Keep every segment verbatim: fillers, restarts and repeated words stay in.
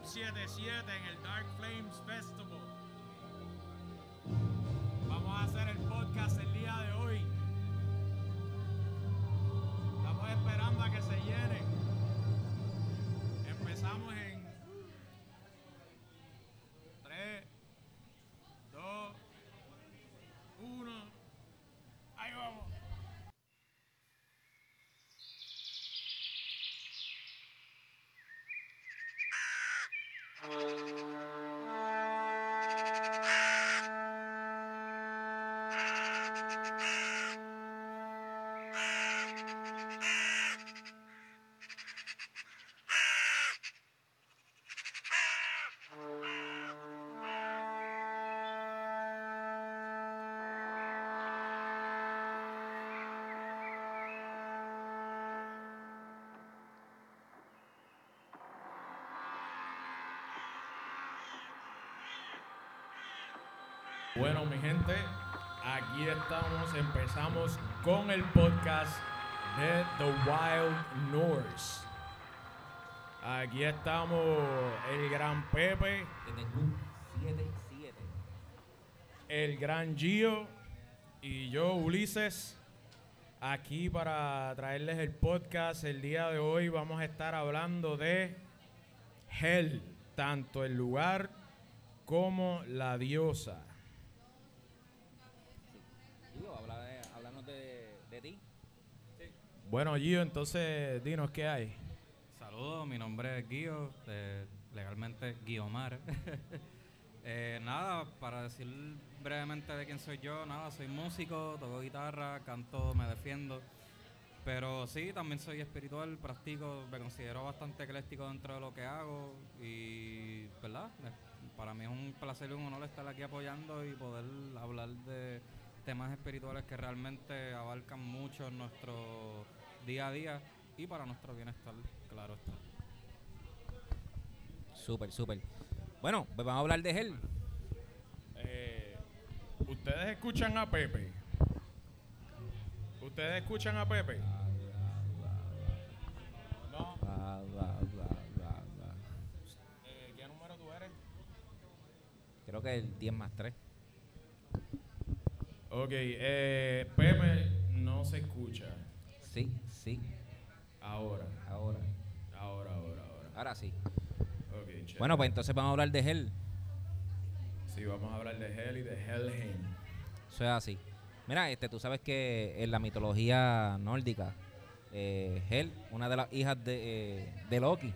setenta y siete en el Dark Flames Festival. Vamos a hacer el podcast el día de hoy. Estamos esperando a que se llenen. Empezamos en tres, dos, uno. Ahí vamos. Bueno, mi gente, aquí estamos, empezamos con el podcast de The Wild Norse. Aquí estamos el gran Pepe, siete siete. el gran Gio y yo, Ulises, aquí para traerles el podcast. El día de hoy vamos a estar hablando de Hel, tanto el lugar como la diosa. Digo, habla de, háblanos de, de ti. Bueno, Gio, entonces dinos qué hay. Saludos, mi nombre es Guio, eh, legalmente Guiomar. eh, nada, para decir brevemente de quién soy yo, nada, soy músico, toco guitarra, canto, me defiendo. Pero sí, también soy espiritual, practico, me considero bastante ecléctico dentro de lo que hago y, ¿verdad? Para mí es un placer y un honor estar aquí apoyando y poder hablar de temas espirituales que realmente abarcan mucho nuestro día a día y para nuestro bienestar, claro está. Súper, súper. Bueno, pues vamos a hablar de él. Eh, ¿Ustedes escuchan a Pepe? ¿Ustedes escuchan a Pepe? No. Bla, bla, bla, bla, bla. Eh, ¿Qué número tú eres? Creo que el diez más tres. Ok, eh, Pepe no se escucha. Sí, sí. Ahora, Ahora. ahora, ahora, ahora. Ahora sí. Ok, chévere. Bueno, pues entonces vamos a hablar de él. Sí, vamos a hablar de Hel y de Helheim. Eso es así. Mira, este, tú sabes que en la mitología nórdica, eh, Hel, una de las hijas de, eh, de Loki,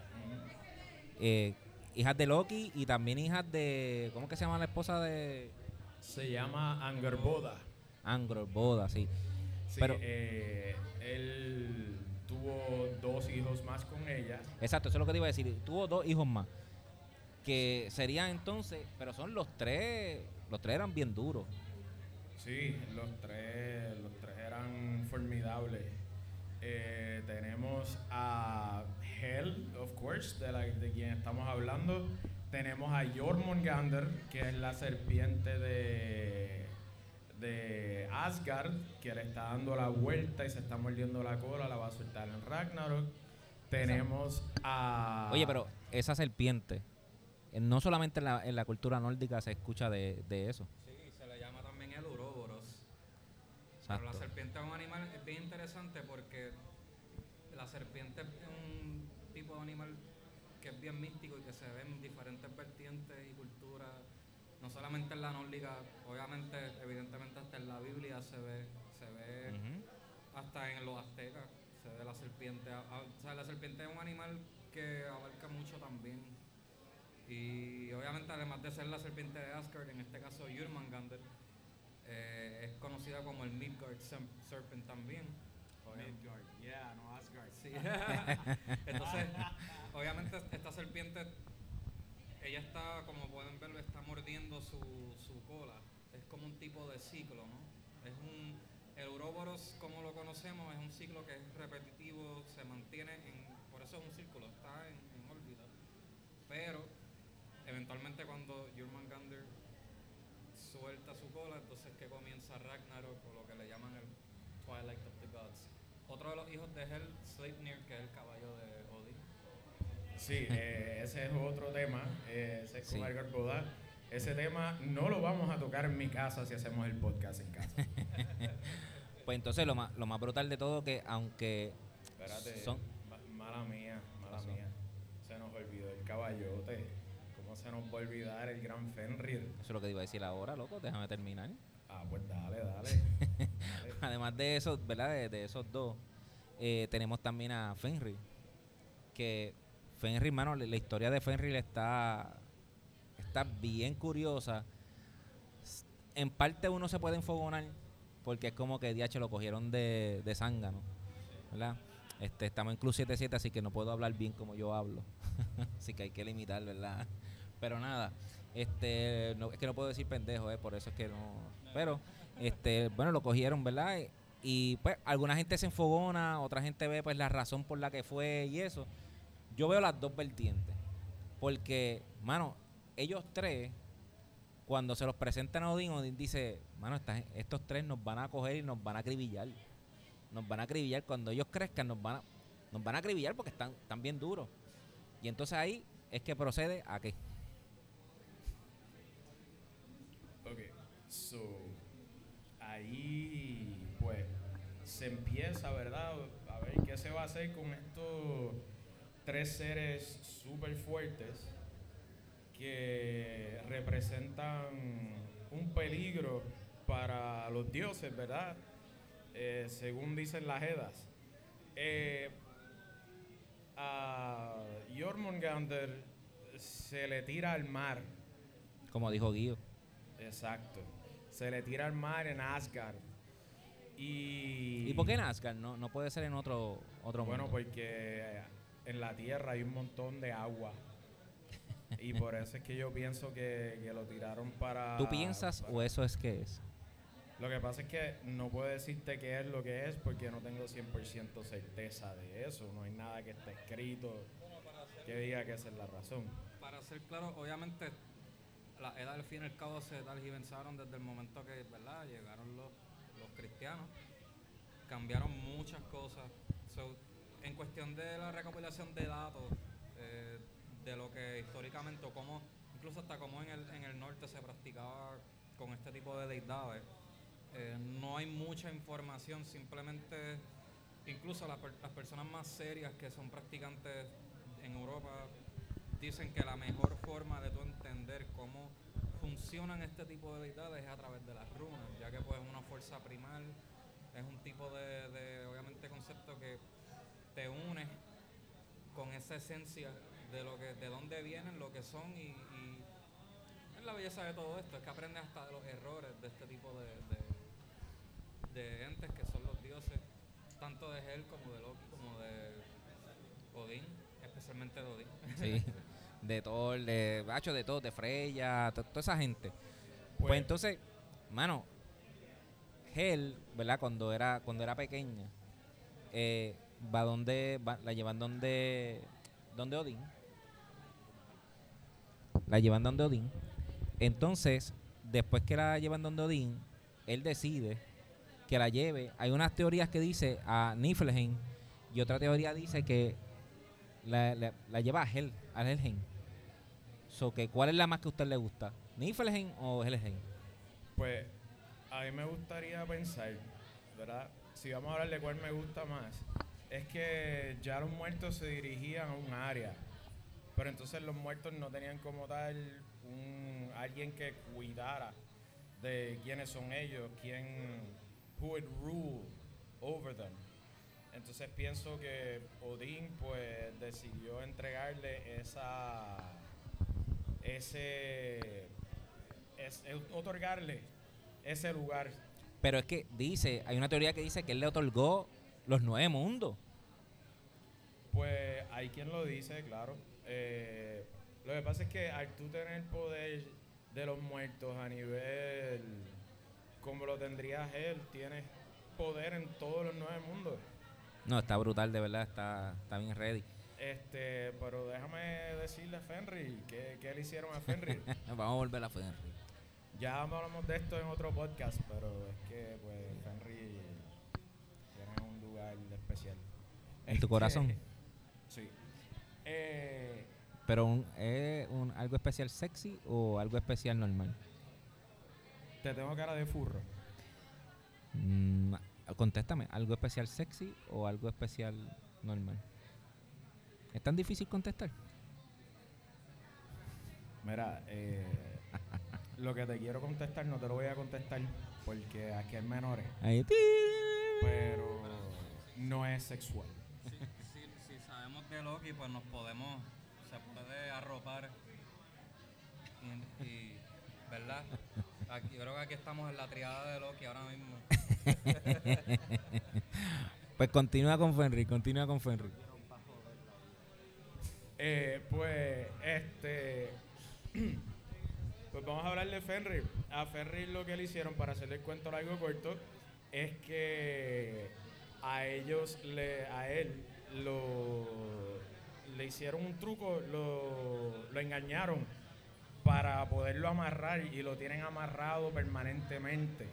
eh, hijas de Loki y también hijas de, ¿cómo que se llama la esposa de Se llama Angerboda. Angrboda? Sí. Sí, Pero- eh, él tuvo dos hijos más con ella. Exacto, eso es lo que te iba a decir. Tuvo dos hijos más. Que serían entonces, pero son los tres, los tres eran bien duros. Sí, los tres, los tres eran formidables. Eh, tenemos a Hel, of course, de, la, de quien estamos hablando. Tenemos a Jormungandr, que es la serpiente de, de Asgard, que le está dando la vuelta y se está mordiendo la cola, la va a soltar en Ragnarok. Tenemos a... Oye, pero esa serpiente, eh, no solamente en la, en la cultura nórdica se escucha de, de eso. Sí, se le llama también el Uroboros. Pero la Exacto. serpiente es un animal es bien interesante porque la serpiente es un tipo de animal que es bien místico y que se ve en diferentes vertientes y culturas, no solamente en la nórdica, obviamente, evidentemente hasta en la Biblia se ve, se ve Ujú. hasta en los aztecas, se ve la serpiente. A- a- o sea, la serpiente es un animal que abarca mucho también. Y obviamente, además de ser la serpiente de Asgard, en este caso Jormungandr, eh, es conocida como el Midgard Sem- Serpent también. Midgard, yeah, no Asgard. Sí. Entonces, obviamente esta serpiente, ella está, como pueden ver, está mordiendo su, su cola. Es como un tipo de ciclo, ¿no? Es un, el Uroboros, como lo conocemos, es un ciclo que es repetitivo, se mantiene en, por eso es un círculo, está en, en órbita. Pero, eventualmente cuando Jormungandr suelta su cola, entonces que comienza Ragnarok, o lo que le llaman el Twilight of the Gods. Otro de los hijos de Hel, Sleipnir, que es el caballo de Odin. Sí, eh, ese es otro tema. Eh, ese es con Sí. Edgar Boda. Ese tema no lo vamos a tocar en mi casa si hacemos el podcast en casa. Pues entonces lo más, lo más brutal de todo que aunque Espérate, son... ma- mala mía, mala pasó? mía. Se nos olvidó el caballote. ¿Cómo se nos va a olvidar el gran Fenrir? Eso es lo que te iba a decir ahora, loco, déjame terminar. Ah, pues dale, dale. dale. Además de eso, ¿verdad? De, de esos dos, eh, tenemos también a Fenrir. Que Fenrir, hermano, la, la historia de Fenrir está, está bien curiosa. S- En parte uno se puede enfogonar porque es como que D H lo cogieron de, de zángano, ¿verdad? Este, estamos en Club setenta y siete, así que no puedo hablar bien como yo hablo. Así que hay que limitar, ¿verdad? Pero nada, este, no, es que no puedo decir pendejo, eh, por eso es que no. Pero, este, bueno, lo cogieron, ¿verdad? Y, y, pues alguna gente se enfogona, otra gente ve pues la razón por la que fue y eso. Yo veo las dos vertientes. Porque, mano, ellos tres, cuando se los presentan a Odín, Odín dice, mano, esta gen- estos tres nos van a coger y nos van a acribillar. Nos van a acribillar. Cuando ellos crezcan, nos van a, nos van a acribillar porque están, están bien duros. Y entonces ahí es que procede a qué. Ok, so ahí pues se empieza, ¿verdad? A ver qué se va a hacer con estos tres seres súper fuertes que representan un peligro para los dioses, ¿verdad? Eh, según dicen las Edas. Eh, a Jormungandr se le tira al mar. Como dijo Guido. Exacto. Se le tira al mar en Asgard. Y. ¿Y por qué en Asgard? No, no puede ser en otro, otro Bueno, mundo. porque en la Tierra hay un montón de agua. Y por eso es que yo pienso que, que lo tiraron para. ¿Tú piensas para- o eso es que es? Lo que pasa es que no puedo decirte qué es lo que es porque no tengo cien por ciento certeza de eso. No hay nada que esté escrito que diga que esa es la razón. Para ser claro, obviamente las edades al fin y al cabo se tergiversaron desde el momento que, ¿verdad?, llegaron los, los cristianos, cambiaron muchas cosas. So, en cuestión de la recopilación de datos, eh, de lo que históricamente, o cómo, incluso hasta cómo en el, en el norte se practicaba con este tipo de deidades, eh, no hay mucha información, simplemente, incluso las, per- las personas más serias que son practicantes en Europa dicen que la mejor forma de tú entender cómo funcionan este tipo de deidades es a través de las runas, ya que pues es una fuerza primal, es un tipo de, de obviamente concepto que te une con esa esencia de lo que, de dónde vienen, lo que son y, y es la belleza de todo esto, es que aprendes hasta de los errores de este tipo de, de, de entes que son los dioses, tanto de Hel como de Loki, como de Odín, especialmente de Odín. Sí. De Thor, de Bacho, de todo, de Freya, to- toda esa gente. Pues, Pues, entonces, mano, Hel, ¿verdad? Cuando era, cuando era pequeña, eh, va donde, va- la llevan donde, donde Odín. La llevan donde Odín. Entonces, después que la llevan donde Odín, él decide que la lleve. Hay unas teorías que dice a Niflheim y otra teoría dice que la, la- la lleva a Hel, a Helheim. So, que, ¿cuál es la más que a usted le gusta? ¿Niflheim o Helheim? pues a mí me gustaría pensar, ¿verdad? Si vamos a hablar de cuál me gusta más, es que ya los muertos se dirigían a un área, pero entonces los muertos no tenían como tal un alguien que cuidara de quiénes son ellos, quién, who would rule over them. Entonces pienso que Odín pues decidió entregarle esa, ese, es, otorgarle ese lugar. Pero es que dice, hay una teoría que dice que él le otorgó los nueve mundos. Pues hay quien lo dice, claro. Eh, lo que pasa es que al tú tener poder de los muertos a nivel como lo tendría él, tienes poder en todos los nueve mundos. No, está brutal, de verdad, está, está bien ready. Este, pero déjame decirle a Fenrir, ¿qué, qué le hicieron a Fenrir? Vamos a volver a Fenrir. Ya hablamos de esto en otro podcast, pero es que pues Fenrir tiene un lugar especial. ¿En tu corazón? Sí. Eh, Pero un, ¿es un, algo especial sexy o algo especial normal? te tengo cara de furro. Mm, contéstame, ¿algo especial sexy o algo especial normal? ¿Es tan difícil contestar? Mira, eh, lo que te quiero contestar no te lo voy a contestar porque aquí hay menores, Ahí, ¡tí! pero no es sexual. Si, si, si sabemos de Loki, pues nos podemos, se puede arropar y, y ¿verdad? Aquí, yo creo que aquí estamos en la triada de Loki ahora mismo. Pues continúa con Fenry, continúa con Fenry. Eh, pues, este. Pues vamos a hablar de Fenrir. A Fenrir lo que le hicieron, para hacerle el cuento largo corto, es que a ellos, le, a él, lo, le hicieron un truco, lo, lo engañaron para poderlo amarrar y lo tienen amarrado permanentemente.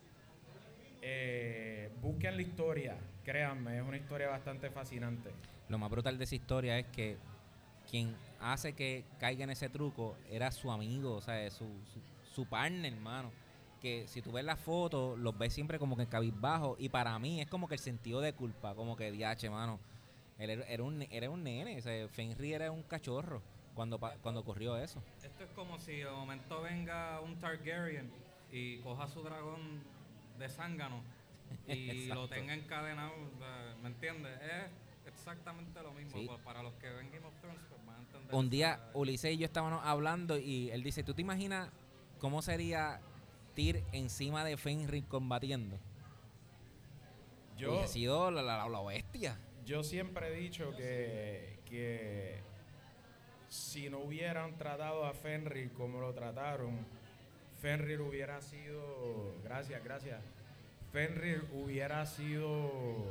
Eh, busquen la historia, créanme, es una historia bastante fascinante. Lo más brutal de esa historia es que quien hace que caiga en ese truco era su amigo, o sea, su, su, su partner, hermano. Que si tú ves la foto, los ves siempre como que en cabizbajo. Y para mí es como que el sentido de culpa, como que diache, mano. Él era, era un, era un nene, o sea, Fenrir era un cachorro cuando, pa- cuando ocurrió eso. Esto es como si de momento venga un Targaryen y coja su dragón de zángano y lo Exacto. tenga encadenado, o sea, ¿me entiendes? Es exactamente lo mismo. Sí. Pues para los que ven Game of Thrones, pues van a entender. Un día esa- Ulises y yo estábamos hablando y él dice, ¿tú te imaginas cómo sería Tyr encima de Fenrir combatiendo? Yo, Hubiese sido la, la, la bestia. yo siempre he dicho que, que si no hubieran tratado a Fenrir como lo trataron, Fenrir hubiera sido. Gracias, gracias. Fenrir hubiera sido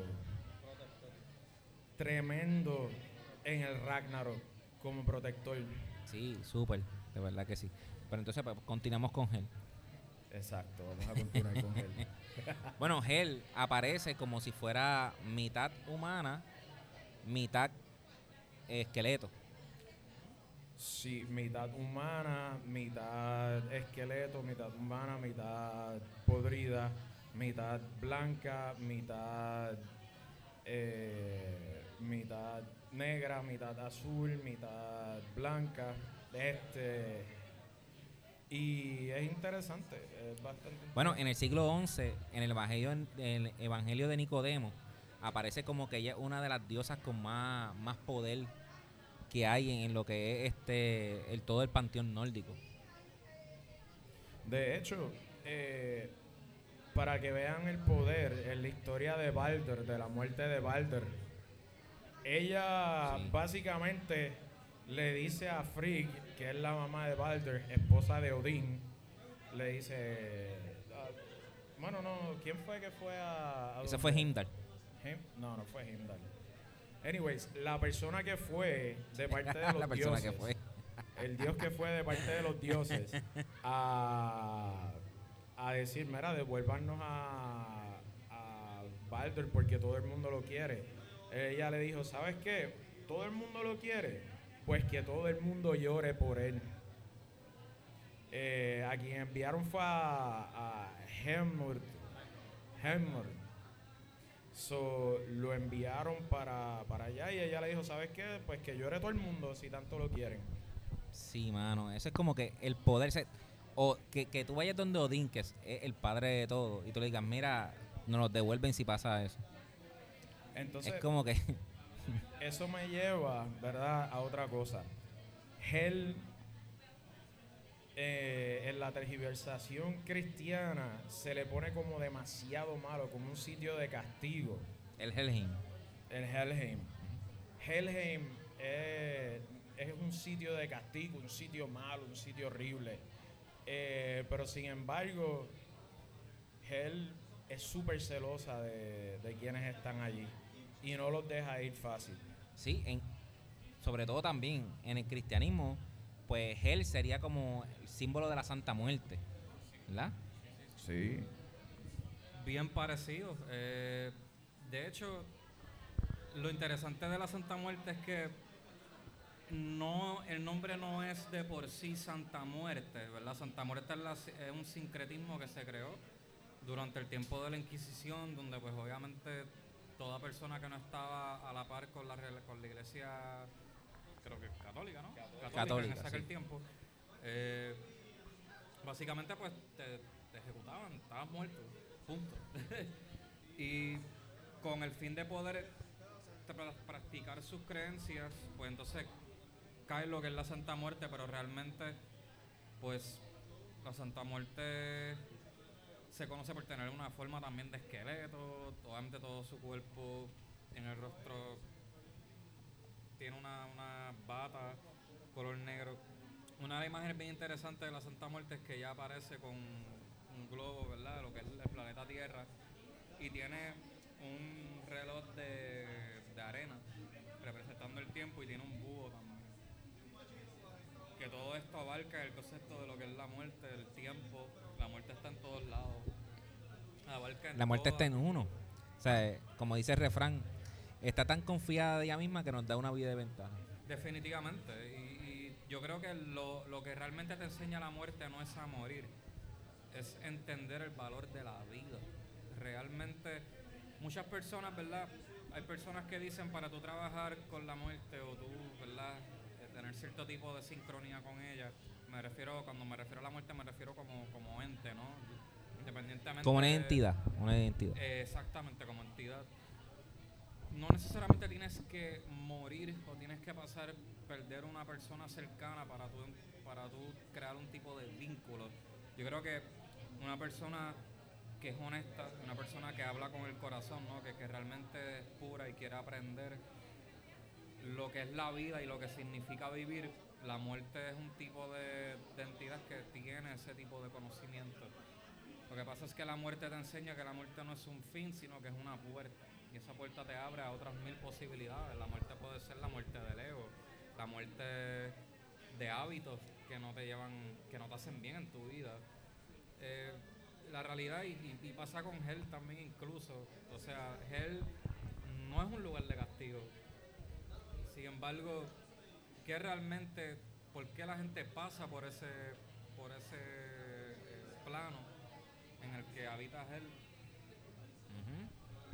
tremendo en el Ragnarok como protector. Sí, súper, de verdad que sí. Pero entonces pues, continuamos con Hel. Exacto, vamos a continuar con él. Bueno, Hel aparece como si fuera mitad humana, mitad esqueleto. Sí, mitad humana, mitad esqueleto, mitad humana, mitad podrida, mitad blanca, mitad eh, mitad negra, mitad azul, mitad blanca. Este y es interesante, es bastante Bueno, interesante. en el siglo once, en el Evangelio, en el Evangelio de Nicodemo, aparece como que ella es una de las diosas con más, más poder que hay en, en lo que es este el todo el panteón nórdico. De hecho, eh, para que vean el poder en la historia de Balder, de la muerte de Balder, ella Sí. básicamente le dice a Frigg, que es la mamá de Balder, esposa de Odín, le dice, ah, bueno, no, ¿quién fue que fue a, a Ese fue donde- Heimdall. Heim- No, no fue Heimdall. Anyways, la persona que fue de parte de los La persona dioses, que fue. el dios que fue de parte de los dioses a, a decir, mira, devuélvanos a, a Baldur porque todo el mundo lo quiere. Ella le dijo, ¿sabes qué? Todo el mundo lo quiere, pues que todo el mundo llore por él. Eh, a quien enviaron fue a, a Helmut. Helmut. So, lo enviaron para, para allá y ella le dijo, ¿sabes qué? Pues que llore todo el mundo si tanto lo quieren. Sí, mano. Eso es como que el poder. Se, o que, que tú vayas donde Odín, que es el padre de todo, y tú le digas, mira, nos los devuelven si pasa eso. Entonces, Es como que. eso me lleva, ¿verdad?, a otra cosa. Hell, eh, en la tergiversación cristiana, se le pone como demasiado malo, como un sitio de castigo. El Helheim. El Helheim. Helheim es, es un sitio de castigo, un sitio malo, un sitio horrible. Eh, pero sin embargo, Hell es súper celosa de, de quienes están allí y no los deja ir fácil. Sí, en, sobre todo también en el cristianismo, pues Hel sería como el símbolo de la Santa Muerte, ¿verdad? Sí. Bien parecido. Eh, de hecho, lo interesante de la Santa Muerte es que no, el nombre no es de por sí Santa Muerte, ¿verdad? Santa Muerte es, la, es un sincretismo que se creó durante el tiempo de la Inquisición, donde pues obviamente toda persona que no estaba a la par con la, con la iglesia, creo que católica, ¿no? Católica, Católica, en aquel sí. tiempo, eh, básicamente pues te, te ejecutaban, estabas muerto, punto. Y con el fin de poder tra- practicar sus creencias, pues entonces cae lo que es la Santa Muerte, pero realmente pues la Santa Muerte se conoce por tener una forma también de esqueleto, obviamente todo su cuerpo en el rostro tiene una, una bata color negro. Una de las imágenes bien interesantes de la Santa Muerte es que ella aparece con un globo, ¿verdad? Lo que es el planeta Tierra, y tiene un reloj de, de arena representando el tiempo, y tiene un búho también. Que todo esto abarca el concepto de lo que es la muerte, el tiempo. La muerte está en todos lados. Abarca en La muerte todas. está en uno. O sea, eh, como dice el refrán, está tan confiada de ella misma que nos da una vida de ventaja. Definitivamente. Y, y yo creo que lo, lo que realmente te enseña la muerte no es a morir, es entender el valor de la vida. Realmente, muchas personas, ¿verdad? Hay personas que dicen para tú trabajar con la muerte o tú, ¿verdad? Eh, tener cierto tipo de sincronía con ella. Me refiero, cuando me refiero a la muerte, me refiero como, como ente, ¿no? Independientemente. Como una identidad, una identidad. Eh, exactamente, como entidad. No necesariamente tienes que morir o tienes que pasar, perder una persona cercana para tú, para tú crear un tipo de vínculo. Yo creo que una persona que es honesta, una persona que habla con el corazón, ¿no? que, que realmente es pura y quiere aprender lo que es la vida y lo que significa vivir, la muerte es un tipo de, de entidad que tiene ese tipo de conocimiento. Lo que pasa es que la muerte te enseña que la muerte no es un fin, sino que es una puerta. Y esa puerta te abre a otras mil posibilidades. La muerte puede ser la muerte del ego, la muerte de hábitos que no te llevan, que no te hacen bien en tu vida. Eh, la realidad, y, y, y pasa con Hell también incluso. O sea, Hell no es un lugar de castigo. Sin embargo, ¿qué realmente, por qué la gente pasa por ese, por ese eh, plano en el que habita Hell? Uh-huh.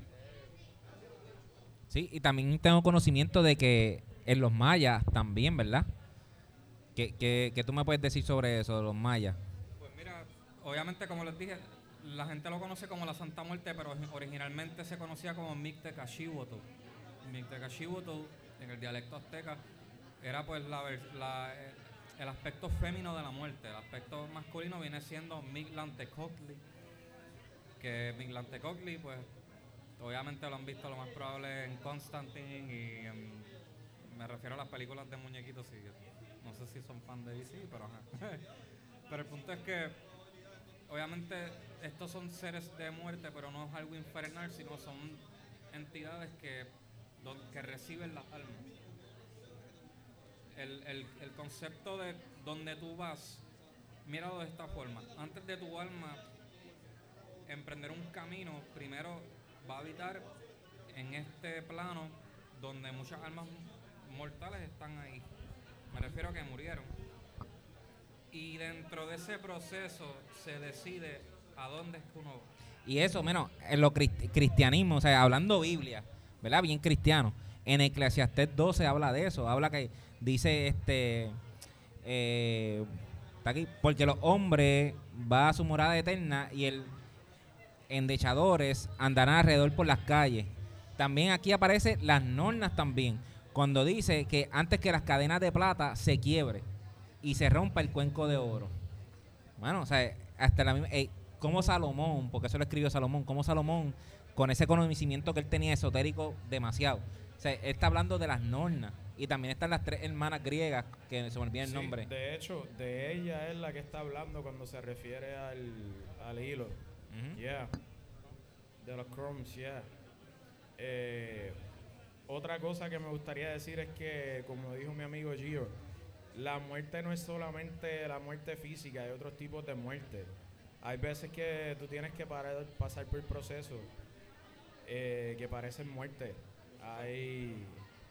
Sí, y también tengo conocimiento de que en los mayas también, ¿verdad? ¿Qué, qué, qué tú me puedes decir sobre eso, de los mayas? Pues mira, obviamente como les dije, la gente lo conoce como la Santa Muerte, pero originalmente se conocía como Mictecacíhuatl. Mictecacíhuatl, en el dialecto azteca, era pues la, la, el aspecto fémino de la muerte. El aspecto masculino viene siendo Mictlantecutli, que Mictlantecutli, pues obviamente lo han visto lo más probable en Constantine y en, me refiero a las películas de muñequitos, sí, no sé si son fan de D C, pero ajá. Pero el punto es que obviamente estos son seres de muerte, pero no es algo infernal, sino son entidades que, que reciben las almas. El, el, el concepto de donde tú vas, míralo de esta forma. Antes de tu alma emprender un camino, primero va a habitar en este plano donde muchas almas mortales están ahí. Me refiero a que murieron. Y dentro de ese proceso se decide a dónde es que uno va. Y eso, menos, en lo cristi- cristianismo, o sea, hablando Biblia, ¿verdad? Bien cristiano. En Eclesiastés doce habla de eso, habla que dice, este, eh, está aquí, porque los hombres va a su morada eterna y el endechadores andarán alrededor por las calles. También aquí aparece las nornas también, cuando dice que antes que las cadenas de plata se quiebre y se rompa el cuenco de oro. Bueno, o sea, hasta la misma, eh, como Salomón, porque eso lo escribió Salomón, como Salomón, con ese conocimiento que él tenía esotérico demasiado. O sea, él está hablando de las nornas. Y también están las tres hermanas griegas, que se me olvida el Sí, nombre. de hecho, de ella es la que está hablando cuando se refiere al, al hilo. Uh-huh. Yeah. De los crumbs, yeah. Eh, otra cosa que me gustaría decir es que, como dijo mi amigo Gio, la muerte no es solamente la muerte física, hay otros tipos de muerte. Hay veces que tú tienes que parar, pasar por procesos eh, que parecen muerte. Hay,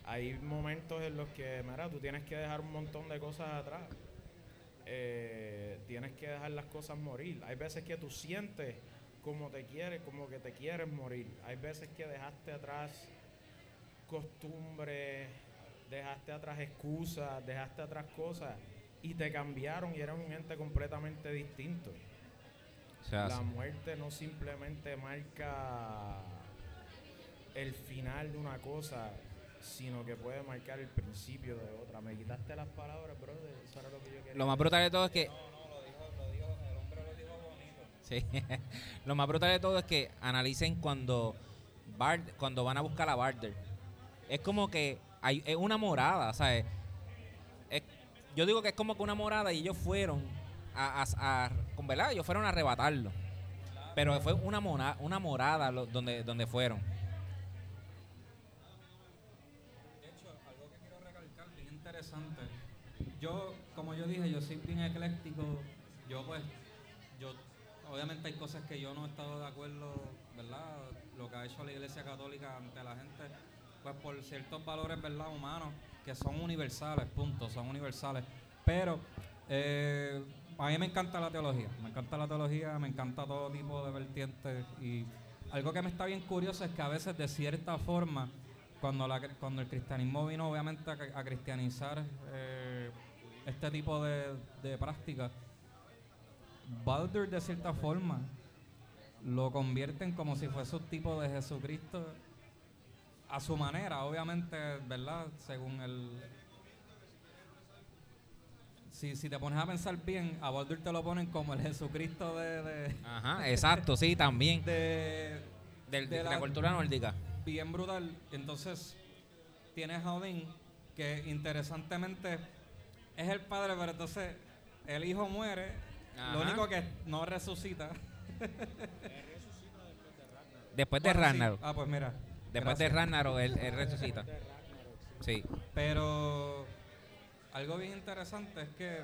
hay momentos en los que, mira, tú tienes que dejar un montón de cosas atrás. Eh, tienes que dejar las cosas morir. Hay veces que tú sientes como te quieres, como que te quieres morir. Hay veces que dejaste atrás costumbres, dejaste atrás excusas, dejaste atrás cosas y te cambiaron y eres un ente completamente distinto. La muerte no simplemente marca el final de una cosa, sino que puede marcar el principio de otra. Me quitaste las palabras, brother. Eso era lo que yo quería. Lo más brutal de todo es que... No, no, lo dijo, lo dijo, el hombre lo dijo bonito. Sí. Lo más brutal de todo es que analicen cuando, Bard, cuando van a buscar a Barder. Es como que hay es una morada, ¿sabes? Es, yo digo que es como que una morada y ellos fueron a, a, a con verdad, ellos fueron a arrebatarlo. Pero fue una mona, una morada lo, donde donde fueron. De hecho, algo que quiero recalcar bien interesante. Yo, como yo dije, yo soy bien ecléctico. Yo pues, yo obviamente hay cosas que yo no he estado de acuerdo, ¿verdad? Lo que ha hecho la Iglesia Católica ante la gente, pues por ciertos valores, ¿verdad? Humanos que son universales, punto, son universales. Pero eh, a mí me encanta la teología, me encanta la teología, me encanta todo tipo de vertientes y algo que me está bien curioso es que a veces de cierta forma, cuando, la, cuando el cristianismo vino obviamente a, a cristianizar eh, este tipo de, de prácticas, Baldur de cierta forma lo convierten como si fuese un tipo de Jesucristo a su manera, obviamente, ¿verdad? Según el... Si, si te pones a pensar bien, a Baldur te lo ponen como el Jesucristo de... de Ajá, exacto, sí, también. De, Del, de de la, la cultura nórdica. Bien brutal. Entonces, tienes a Odín, que interesantemente es el padre, pero entonces el hijo muere. Ajá. Lo único que no resucita. Después de bueno, Ragnarok. Sí. Ah, pues mira. Después gracias. de Ragnarok, él, él resucita. Sí. Pero algo bien interesante es que,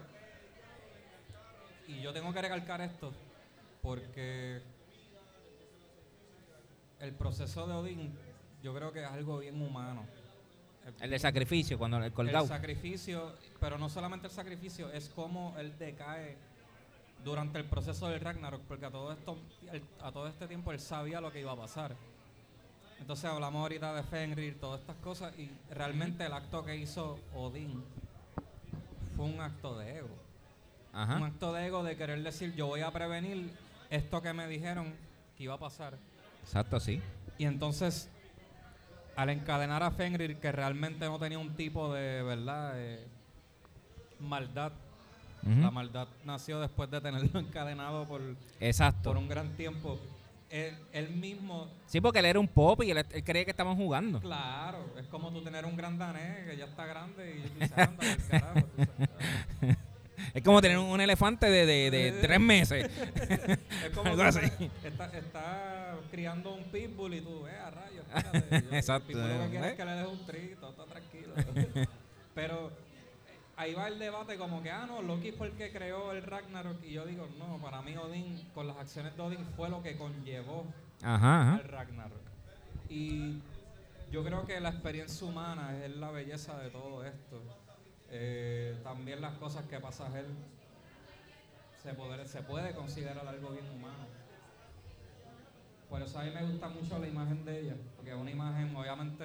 y yo tengo que recalcar esto, porque el proceso de Odín, yo creo que es algo bien humano. El de sacrificio, cuando el colgado. El sacrificio, pero no solamente el sacrificio, es como él decae durante el proceso del Ragnarok, porque a todo esto, el, a todo este tiempo él sabía lo que iba a pasar. Entonces hablamos ahorita de Fenrir, todas estas cosas, y realmente el acto que hizo Odín fue un acto de ego. Ajá. Un acto de ego de querer decir, yo voy a prevenir esto que me dijeron que iba a pasar. Exacto, sí. Y entonces, al encadenar a Fenrir, que realmente no tenía un tipo de, ¿verdad?, eh, maldad. Uh-huh. La maldad nació después de tenerlo encadenado por, Exacto. por un gran tiempo. Él, él mismo... Sí, porque él era un pop y él, él creía que estaban jugando. Claro, es como tú tener un gran danés que ya está grande y tú dices, anda por el carajo. Tú sabes, es como tener un, un elefante de, de, de tres meses. Es como algo así. Está, está criando un pitbull y tú, eh, a rayos, espérate. Yo, exacto. El pitbull lo que quiere es que le deje un trito, está tranquilo. Pero ahí va el debate como que, ah, no, Loki fue el que creó el Ragnarok. Y yo digo, no, para mí Odín, con las acciones de Odín, fue lo que conllevó ajá, ajá. al Ragnarok. Y yo creo que la experiencia humana es la belleza de todo esto. Eh, también las cosas que pasa a él se, poder, se puede considerar algo bien humano. Por eso a mí me gusta mucho la imagen de ella, porque es una imagen obviamente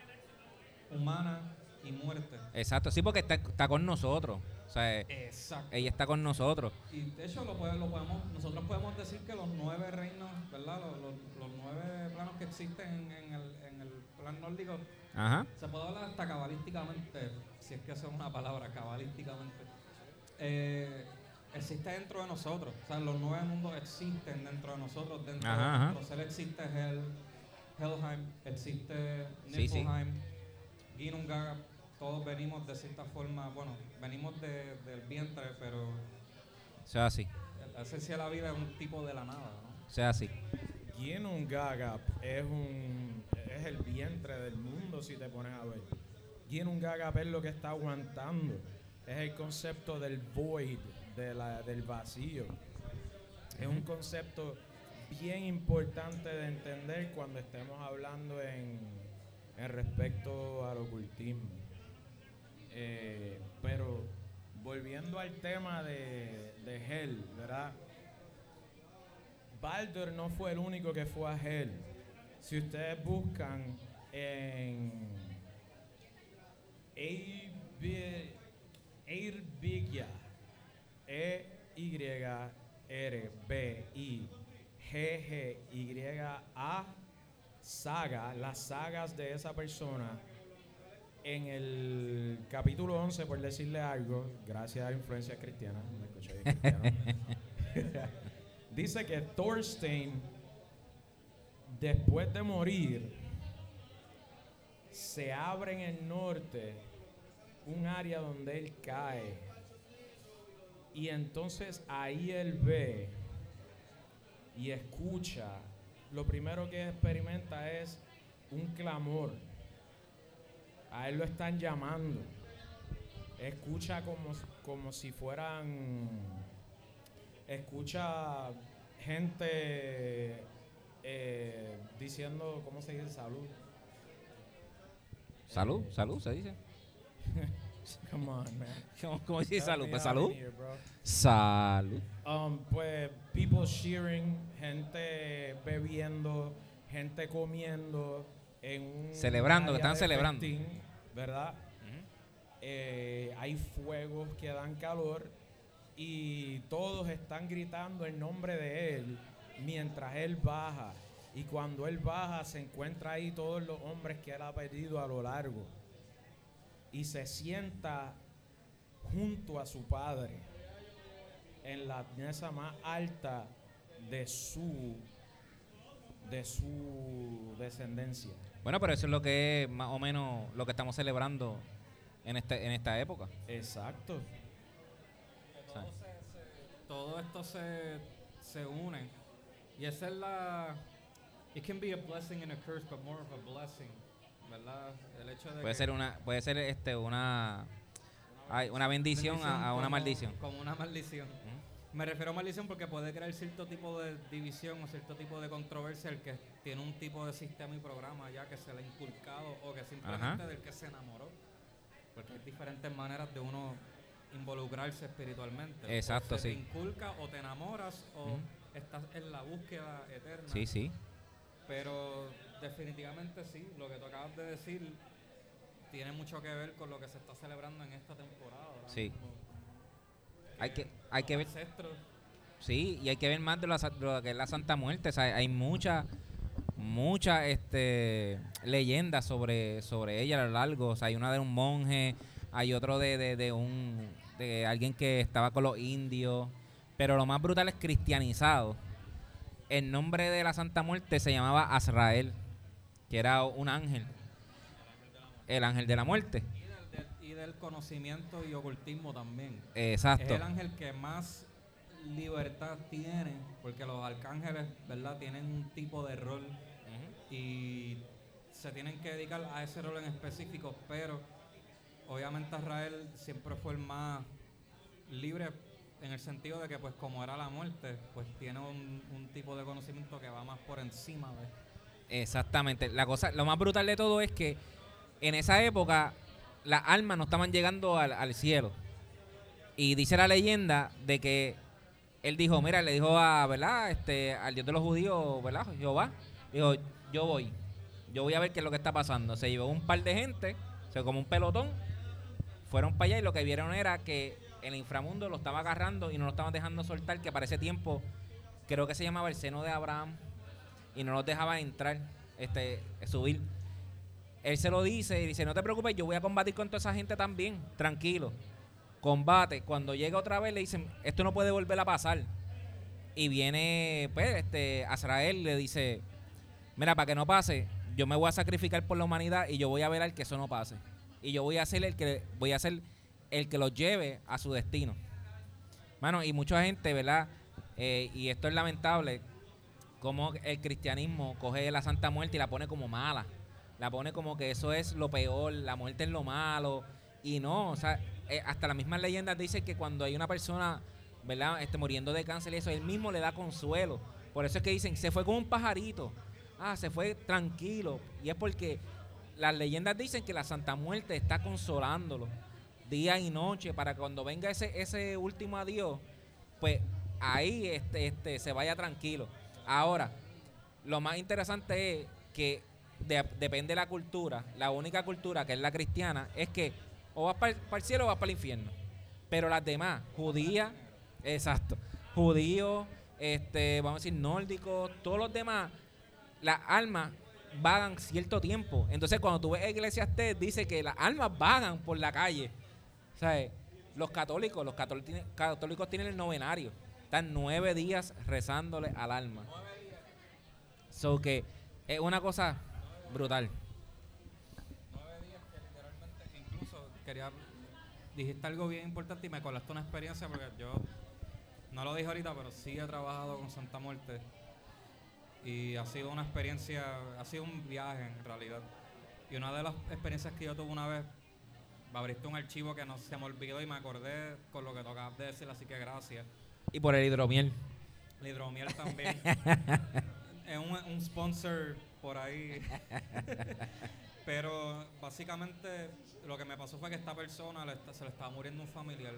humana y muerte. Exacto, sí, porque está, está con nosotros. O sea, exacto. Ella está con nosotros. Y de hecho lo, puede, lo podemos, nosotros podemos decir que los nueve reinos, ¿verdad? Los, los, los nueve planos que existen en, en, el, en el plan nórdico, ajá. Se puede hablar hasta cabalísticamente, si es que eso es una palabra, cabalísticamente. Eh, existe dentro de nosotros, o sea, los nueve mundos existen dentro de nosotros, dentro ajá, de nuestro ser existe Hel, Helheim, existe Niflheim, sí, sí. Ginnungagap, todos venimos de cierta forma, bueno, venimos de, del vientre, pero o sea, así. La esencia de la vida es un tipo de la nada, ¿no? O sea, así. Ginnungagap es un es el vientre del mundo, si te pones a ver. Ginnungagap es lo que está aguantando, es el concepto del void, de la, del vacío. Es un concepto bien importante de entender cuando estemos hablando en, en respecto al ocultismo. Eh, pero volviendo al tema de, de Hell, ¿verdad? Baldur no fue el único que fue a Hell. Si ustedes buscan en Eyrbyggja, E Y R B I G G Y A saga, las sagas de esa persona, en el capítulo once, por decirle algo, gracias a la influencia cristiana, me escuché bien cristiano, dice que Thorstein, después de morir, se abre en el norte un área donde él cae, y entonces ahí él ve y escucha. Lo primero que experimenta es un clamor. A él lo están llamando. Escucha como, como si fueran... Escucha gente eh, diciendo, ¿cómo se dice? Salud. Salud, Eh, salud, se dice. Come on, man. ¿Cómo, cómo dice Help salud? me Pues out salud. in here, bro. Salud. Um, pues people cheering, gente bebiendo, gente comiendo en un Celebrando, que área están de celebrando. festín, ¿verdad? Eh, hay fuegos que dan calor y todos están gritando el nombre de él mientras él baja, y cuando él baja se encuentra ahí todos los hombres que él ha perdido a lo largo y se sienta junto a su padre en la mesa más alta de su de su descendencia. Bueno, pero eso es lo que es más o menos lo que estamos celebrando en este en esta época. Exacto. O sea, Todo, se- se- todo esto se, se une. Y esa es la... It can be a blessing and a curse, but more of a blessing, ¿verdad? El hecho de puede que ser una puede ser este una ay, una bendición, a, a una como- maldición. Como una maldición. Me refiero a maldición porque puede crear cierto tipo de división o cierto tipo de controversia el que tiene un tipo de sistema y programa ya que se le ha inculcado o que simplemente Ajá. del que se enamoró. Porque hay diferentes maneras de uno involucrarse espiritualmente. Exacto, o se sí. te inculca o te enamoras o Ujú. estás en la búsqueda eterna. Sí, sí. Pero definitivamente sí, lo que tú acabas de decir tiene mucho que ver con lo que se está celebrando en esta temporada. ahora Sí. mismo. Hay que hay que ver Ancestros. Sí, y hay que ver más de, la sa- de lo que es la Santa Muerte. O sea, hay mucha, mucha este, leyendas sobre, sobre ella a lo largo. O sea, hay una de un monje, hay otro de, de, de un de alguien que estaba con los indios. Pero lo más brutal es cristianizado. El nombre de la Santa Muerte se llamaba Azrael, que era un ángel. El ángel de la muerte. Y del, del- y del conocimiento y ocultismo también. Exacto. Es el ángel que más libertad tiene, porque los arcángeles, ¿verdad? Tienen un tipo de rol Ujú. y se tienen que dedicar a ese rol en específico, pero obviamente Azrael siempre fue el más libre en el sentido de que pues como era la muerte, pues tiene un, un tipo de conocimiento que va más por encima de... Exactamente. La cosa, lo más brutal de todo es que en esa época las almas no estaban llegando al, al cielo. Y dice la leyenda de que él dijo, mira, le dijo a, ¿verdad? Este, al Dios de los judíos, ¿verdad? Jehová. Dijo, yo voy. Yo voy a ver qué es lo que está pasando. Se llevó un par de gente, o sea, como un pelotón. Fueron para allá y lo que vieron era que el inframundo lo estaba agarrando y no lo estaban dejando soltar, que para ese tiempo creo que se llamaba el seno de Abraham, y no los dejaban entrar, este, subir. Él se lo dice y dice, no te preocupes, yo voy a combatir con toda esa gente también, tranquilo. Combate. Cuando llega otra vez le dicen, esto no puede volver a pasar. Y viene, pues, este, Azrael le dice, mira, para que no pase, yo me voy a sacrificar por la humanidad y yo voy a ver al que eso no pase. Y yo voy a ser el que, voy a ser el que los lleve a su destino. Mano, y mucha gente, ¿verdad? Eh, y esto es lamentable, como el cristianismo coge la Santa Muerte y la pone como mala. La pone como que eso es lo peor, la muerte es lo malo. Y no, o sea, eh, hasta las mismas leyendas dicen que cuando hay una persona, ¿verdad? Este, muriendo de cáncer y eso, él mismo le da consuelo. Por eso es que dicen, se fue como un pajarito. Ah, se fue tranquilo. Y es porque las leyendas dicen que la Santa Muerte está consolándolo día y noche para que cuando venga ese, ese último adiós, pues ahí este, este, se vaya tranquilo. Ahora, lo más interesante es que de, depende de la cultura, la única cultura que es la cristiana, es que o vas para el cielo o vas para el infierno. Pero las demás, judías, exacto, judíos, este, vamos a decir nórdicos, todos los demás, las almas vagan cierto tiempo. Entonces, cuando tú ves Eclesiastés, dice que las almas vagan por la calle. ¿Sabes? Los católicos, los católicos tienen, católicos tienen el novenario. Están nueve días rezándole al alma. So que es una cosa brutal. Nueve días que literalmente, incluso quería, dijiste algo bien importante y me colaste una experiencia porque yo no lo dije ahorita, pero sí he trabajado con Santa Muerte y ha sido una experiencia, ha sido un viaje en realidad. Y una de las experiencias que yo tuve una vez, abriste un archivo que no se me olvidó y me acordé con lo que tocabas de decir, así que gracias. Y por el hidromiel. El hidromiel también. Es un, un sponsor por ahí. Pero básicamente lo que me pasó fue que esta persona le, se le estaba muriendo un familiar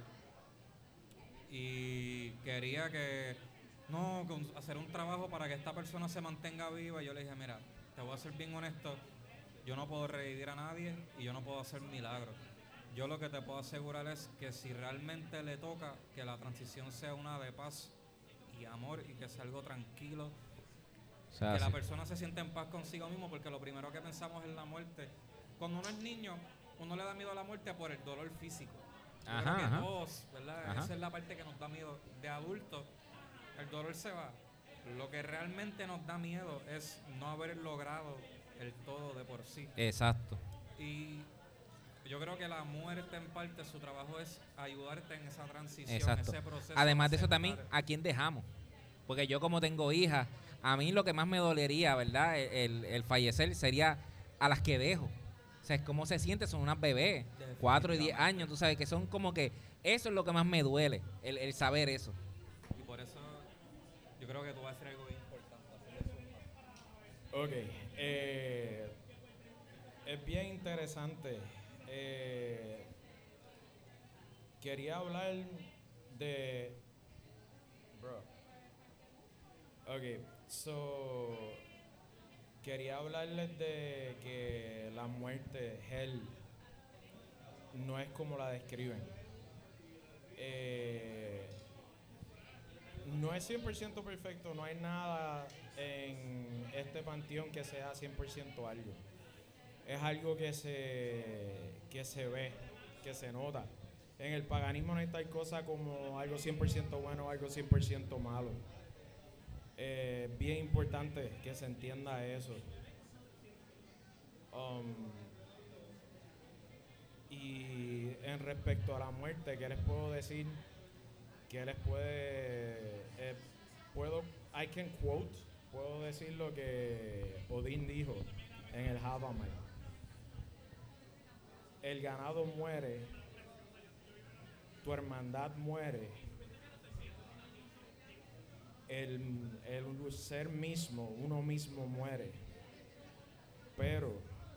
y quería que no con, hacer un trabajo para que esta persona se mantenga viva. Y yo le dije, mira, te voy a ser bien honesto, yo no puedo revivir a nadie y yo no puedo hacer milagros. Yo lo que te puedo asegurar es que si realmente le toca, que la transición sea una de paz y amor y que sea algo tranquilo. O sea, que sí. La persona se siente en paz consigo mismo, porque lo primero que pensamos es la muerte. Cuando uno es niño, uno le da miedo a la muerte por el dolor físico. Yo creo que ajá. todos, ¿verdad? Ajá. Esa es la parte que nos da miedo. De adultos, el dolor se va. Lo que realmente nos da miedo es no haber logrado el todo de por sí. Exacto. Y yo creo que la muerte, en parte, su trabajo es ayudarte en esa transición, exacto. Ese proceso. Además de eso también, ¿a quién dejamos? Porque yo como tengo hijas, a mí lo que más me dolería, ¿verdad? El, el, el fallecer sería a las que dejo. O sea, cómo se siente, son unas bebés, cuatro y diez años, tú sabes, que son como que, eso es lo que más me duele, el, el saber eso. Y por eso, yo creo que tú vas a hacer algo bien importante. Ok, eh, es bien interesante. Eh, quería hablar de... Bro. Ok, so... Quería hablarles de que la muerte, hell, no es como la describen. Eh, no es cien por ciento perfecto, no hay nada en este panteón que sea cien por ciento algo. Es algo que se, que se ve, que se nota. En el paganismo no hay tal cosa como algo cien por ciento bueno o algo cien por ciento malo. Es eh, bien importante que se entienda eso. Um, y en respecto a la muerte, ¿qué les puedo decir? ¿Qué les puede... Eh, puedo, I can quote, puedo decir lo que Odín dijo en el Havamai. El ganado muere, tu hermandad muere, el, el ser mismo, uno mismo muere, pero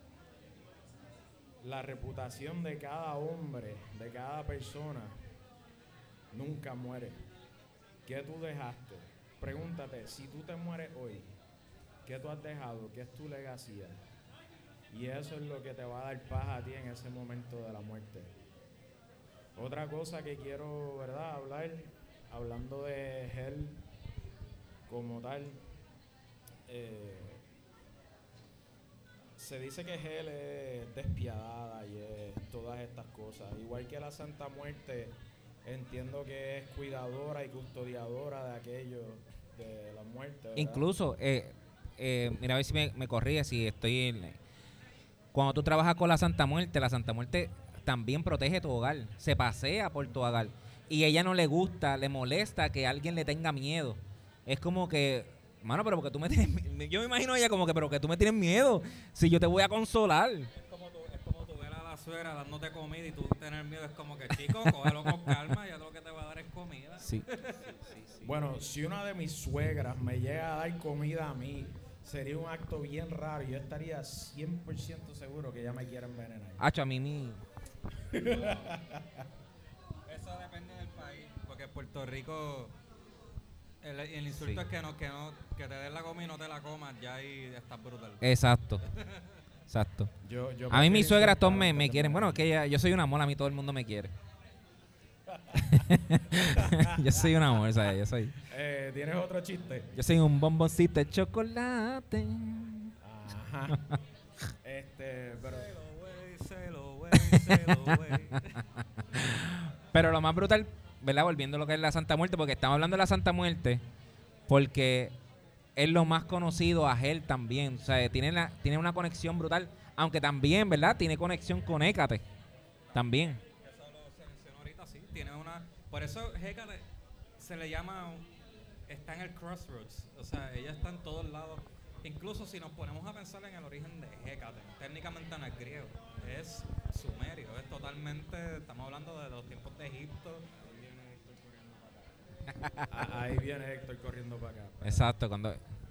la reputación de cada hombre, de cada persona, nunca muere. ¿Qué tú dejaste? Pregúntate, si tú te mueres hoy, ¿qué tú has dejado? ¿Qué es tu legacía? Y eso es lo que te va a dar paz a ti en ese momento de la muerte. Otra cosa que quiero, ¿verdad?, hablar, hablando de hell como tal, eh, se dice que hell es despiadada y es todas estas cosas. Igual que la Santa Muerte, entiendo que es cuidadora y custodiadora de aquello, de la muerte, ¿verdad? Incluso, eh, eh, mira a ver si me, me corrige si estoy... En, cuando tú trabajas con la Santa Muerte, la Santa Muerte también protege tu hogar, se pasea por tu hogar. Y a ella no le gusta, le molesta que alguien le tenga miedo. Es como que, mano, pero porque tú me tienes... Yo me imagino a ella como que, pero que tú me tienes miedo, si yo te voy a consolar. Es como tú, es como tú ver a la suegra dándote comida y tú tener miedo. Es como que, chico, cógelo con calma, ya lo que te va a dar es comida. Sí. sí, sí, sí. Bueno, si una de mis suegras me llega a dar comida a mí, sería un acto bien raro. Yo estaría cien por ciento seguro que ella me quiere envenenar. Hacho, a mí mi... Eso depende del país, porque en Puerto Rico el, el insulto Sí. es que no, que no, que te den la goma y no te la comas, ya ahí estás brutal. Exacto. Exacto. Yo, yo A mí mis prefiero suegras insultar todos me, antes me de quieren. Bueno, es que ella- yo soy un amor, a mí todo el mundo me quiere. Yo soy un amor, ¿sabes? Yo soy, Eh, ¿Tienes otro chiste? yo soy un bomboncito de chocolate. Ajá. Este, pero... Pero lo más brutal, ¿verdad? Volviendo a lo que es la Santa Muerte, porque estamos hablando de la Santa Muerte, porque es lo más conocido a él también. O sea, tiene, la, tiene una conexión brutal, aunque también, ¿verdad? Tiene conexión con Hécate. También. Eso lo se mencionó ahorita, sí. Tiene una. Por eso Hécate se le llama. Está en el crossroads. O sea, ella está en todos lados. Incluso si nos ponemos a pensar en el origen de Hécate, técnicamente no es griego, es sumerio. Es totalmente. Estamos hablando de los tiempos de Egipto. Ah, ahí viene Héctor corriendo para acá. Exacto, cuando...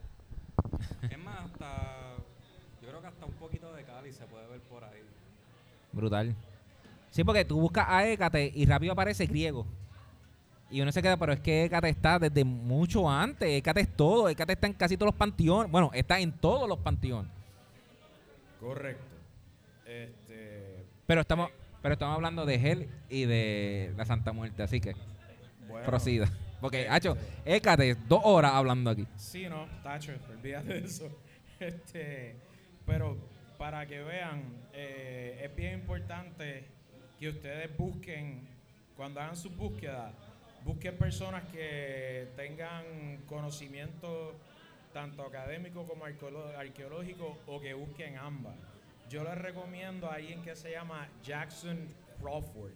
Es más, hasta. Yo creo que hasta un poquito de Cali se puede ver por ahí. Brutal. Sí, porque tú buscas a Hécate y rápido aparece griego. Y uno se queda, pero es que Hécate está desde mucho antes. Hécate es todo. Hécate está en casi todos los panteones. Bueno, está en todos los panteones. Correcto. Este, Pero estamos, pero estamos hablando de él y de la Santa Muerte. Así que, bueno, proceda. Porque, este- hacho, Hécate, dos horas hablando aquí. Sí, no, tacho, olvídate de eso. Este, pero para que vean, eh, es bien importante que ustedes busquen, cuando hagan sus búsquedas, busquen personas que tengan conocimiento tanto académico como arqueolo- arqueológico o que busquen ambas. Yo les recomiendo a alguien que se llama Jackson Crawford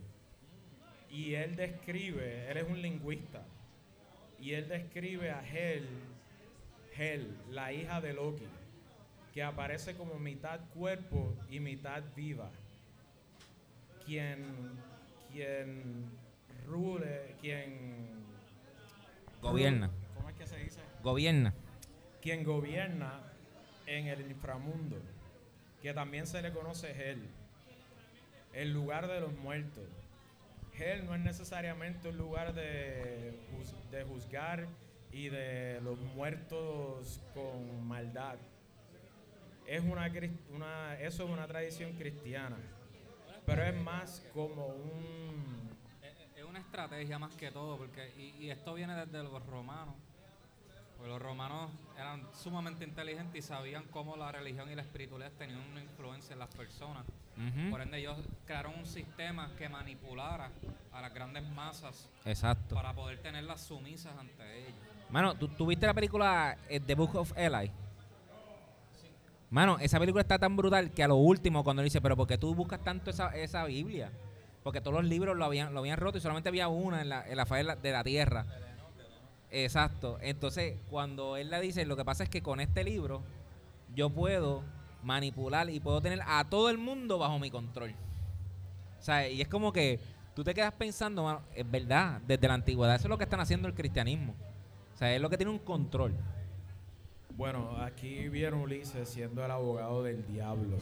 y él describe, él es un lingüista y él describe a Hel, Hel, la hija de Loki, que aparece como mitad cuerpo y mitad viva, quien, quien rule, quien Gobierna. ¿Cómo es que se dice? Gobierna. Quien gobierna en el inframundo, que también se le conoce Hel, el lugar de los muertos. Hel no es necesariamente un lugar de, juz- de juzgar y de los muertos con maldad. Es una, cris- una, eso es una tradición cristiana, pero es más como un... Es, es una estrategia más que todo, porque y, y esto viene desde los romanos. Porque los romanos eran sumamente inteligentes y sabían cómo la religión y la espiritualidad tenían una influencia en las personas. Ujú. Por ende, ellos crearon un sistema que manipulara a las grandes masas Exacto. para poder tenerlas sumisas ante ellos. Mano, ¿tú, tú viste la película eh, The Book of Eli? Mano, esa película está tan brutal que a lo último cuando él dice, pero ¿por qué tú buscas tanto esa, esa Biblia? Porque todos los libros lo habían, lo habían roto y solamente había una en la, en la faz de la, de la tierra. Exacto. Entonces, cuando él le dice, lo que pasa es que con este libro yo puedo manipular y puedo tener a todo el mundo bajo mi control. O sea, y es como que tú te quedas pensando, mano, es verdad, desde la antigüedad eso es lo que están haciendo el cristianismo. O sea, es lo que tiene un control. Bueno, aquí viene Ulises siendo el abogado del diablo.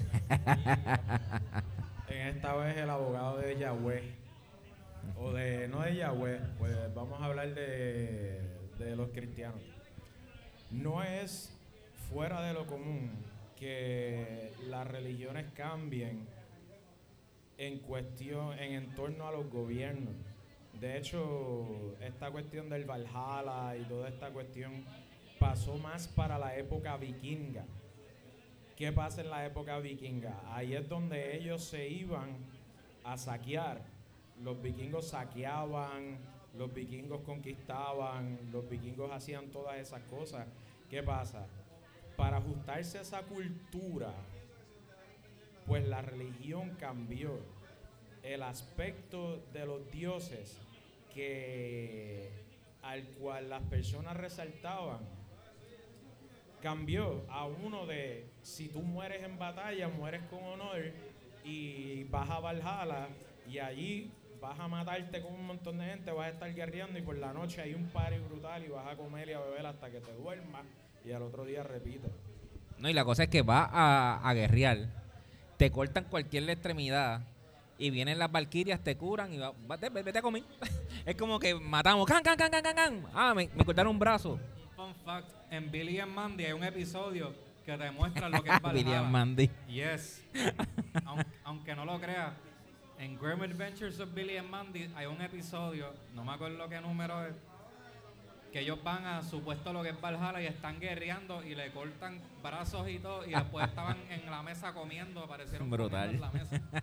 En esta vez el abogado de Yahweh. O de, no de Yahweh, pues vamos a hablar de, de los cristianos. No es fuera de lo común que las religiones cambien en cuestión, en en torno a los gobiernos. De hecho, esta cuestión del Valhalla y toda esta cuestión pasó más para la época vikinga. ¿Qué pasa en la época vikinga? Ahí es donde ellos se iban a saquear. Los vikingos saqueaban, los vikingos conquistaban, los vikingos hacían todas esas cosas. ¿Qué pasa? Para ajustarse a esa cultura, pues la religión cambió. El aspecto de los dioses que al cual las personas resaltaban cambió a uno de si tú mueres en batalla, mueres con honor y vas a Valhalla y allí vas a matarte con un montón de gente, vas a estar guerreando y por la noche hay un party brutal y vas a comer y a beber hasta que te duermas y al otro día repites. No, y la cosa es que vas a, a guerrear, te cortan cualquier extremidad y vienen las valquirias, te curan y va, va- vete, vete a comer. Es como que matamos, can, can, can, can, can, can. Ah, me, me cortaron un brazo. Fun fact, en Billy and Mandy hay un episodio que te muestra lo que es Valhalla. William Mandy. Yes. Aun- aunque no lo creas, en Grim Adventures of Billy and Mandy hay un episodio, no me acuerdo qué número es, que ellos van a supuesto lo que es Valhalla y están guerreando y le cortan brazos y todo y después estaban en la mesa comiendo, aparecieron Brutal. comiendo en la mesa.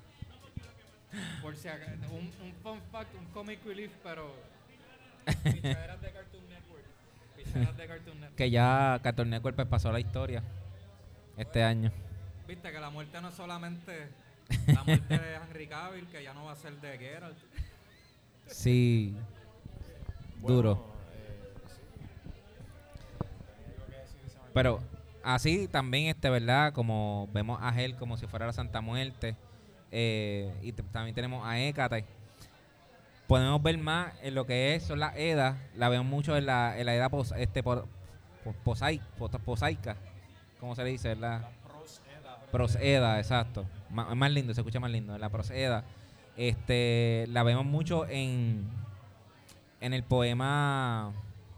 Por si acaso, un, un fun fact, un comic relief, pero pichaderas de Cartoon Network. Pichaderas de Cartoon Network. Que ya Cartoon Network pues, pasó la historia este año. Viste que la muerte no es solamente la muerte de Henry Cavill, que ya no va a ser de Geralt. Sí. Duro. eh, sí. Tenía algo que decir y se me olvidó. Pero así también, este, ¿verdad? Como vemos a Hel como si fuera la Santa Muerte. eh, y t- también tenemos a Hécate. Podemos ver más en lo que es, son las Edas. La vemos mucho en la, en la edad pos, este, por, pos- posai- pos- posaica. ¿Cómo se le dice? ¿Verdad? La proseda. Proseda, exacto. Ma- más lindo, se escucha más lindo. La proseda. Este, la vemos mucho en, en el poema.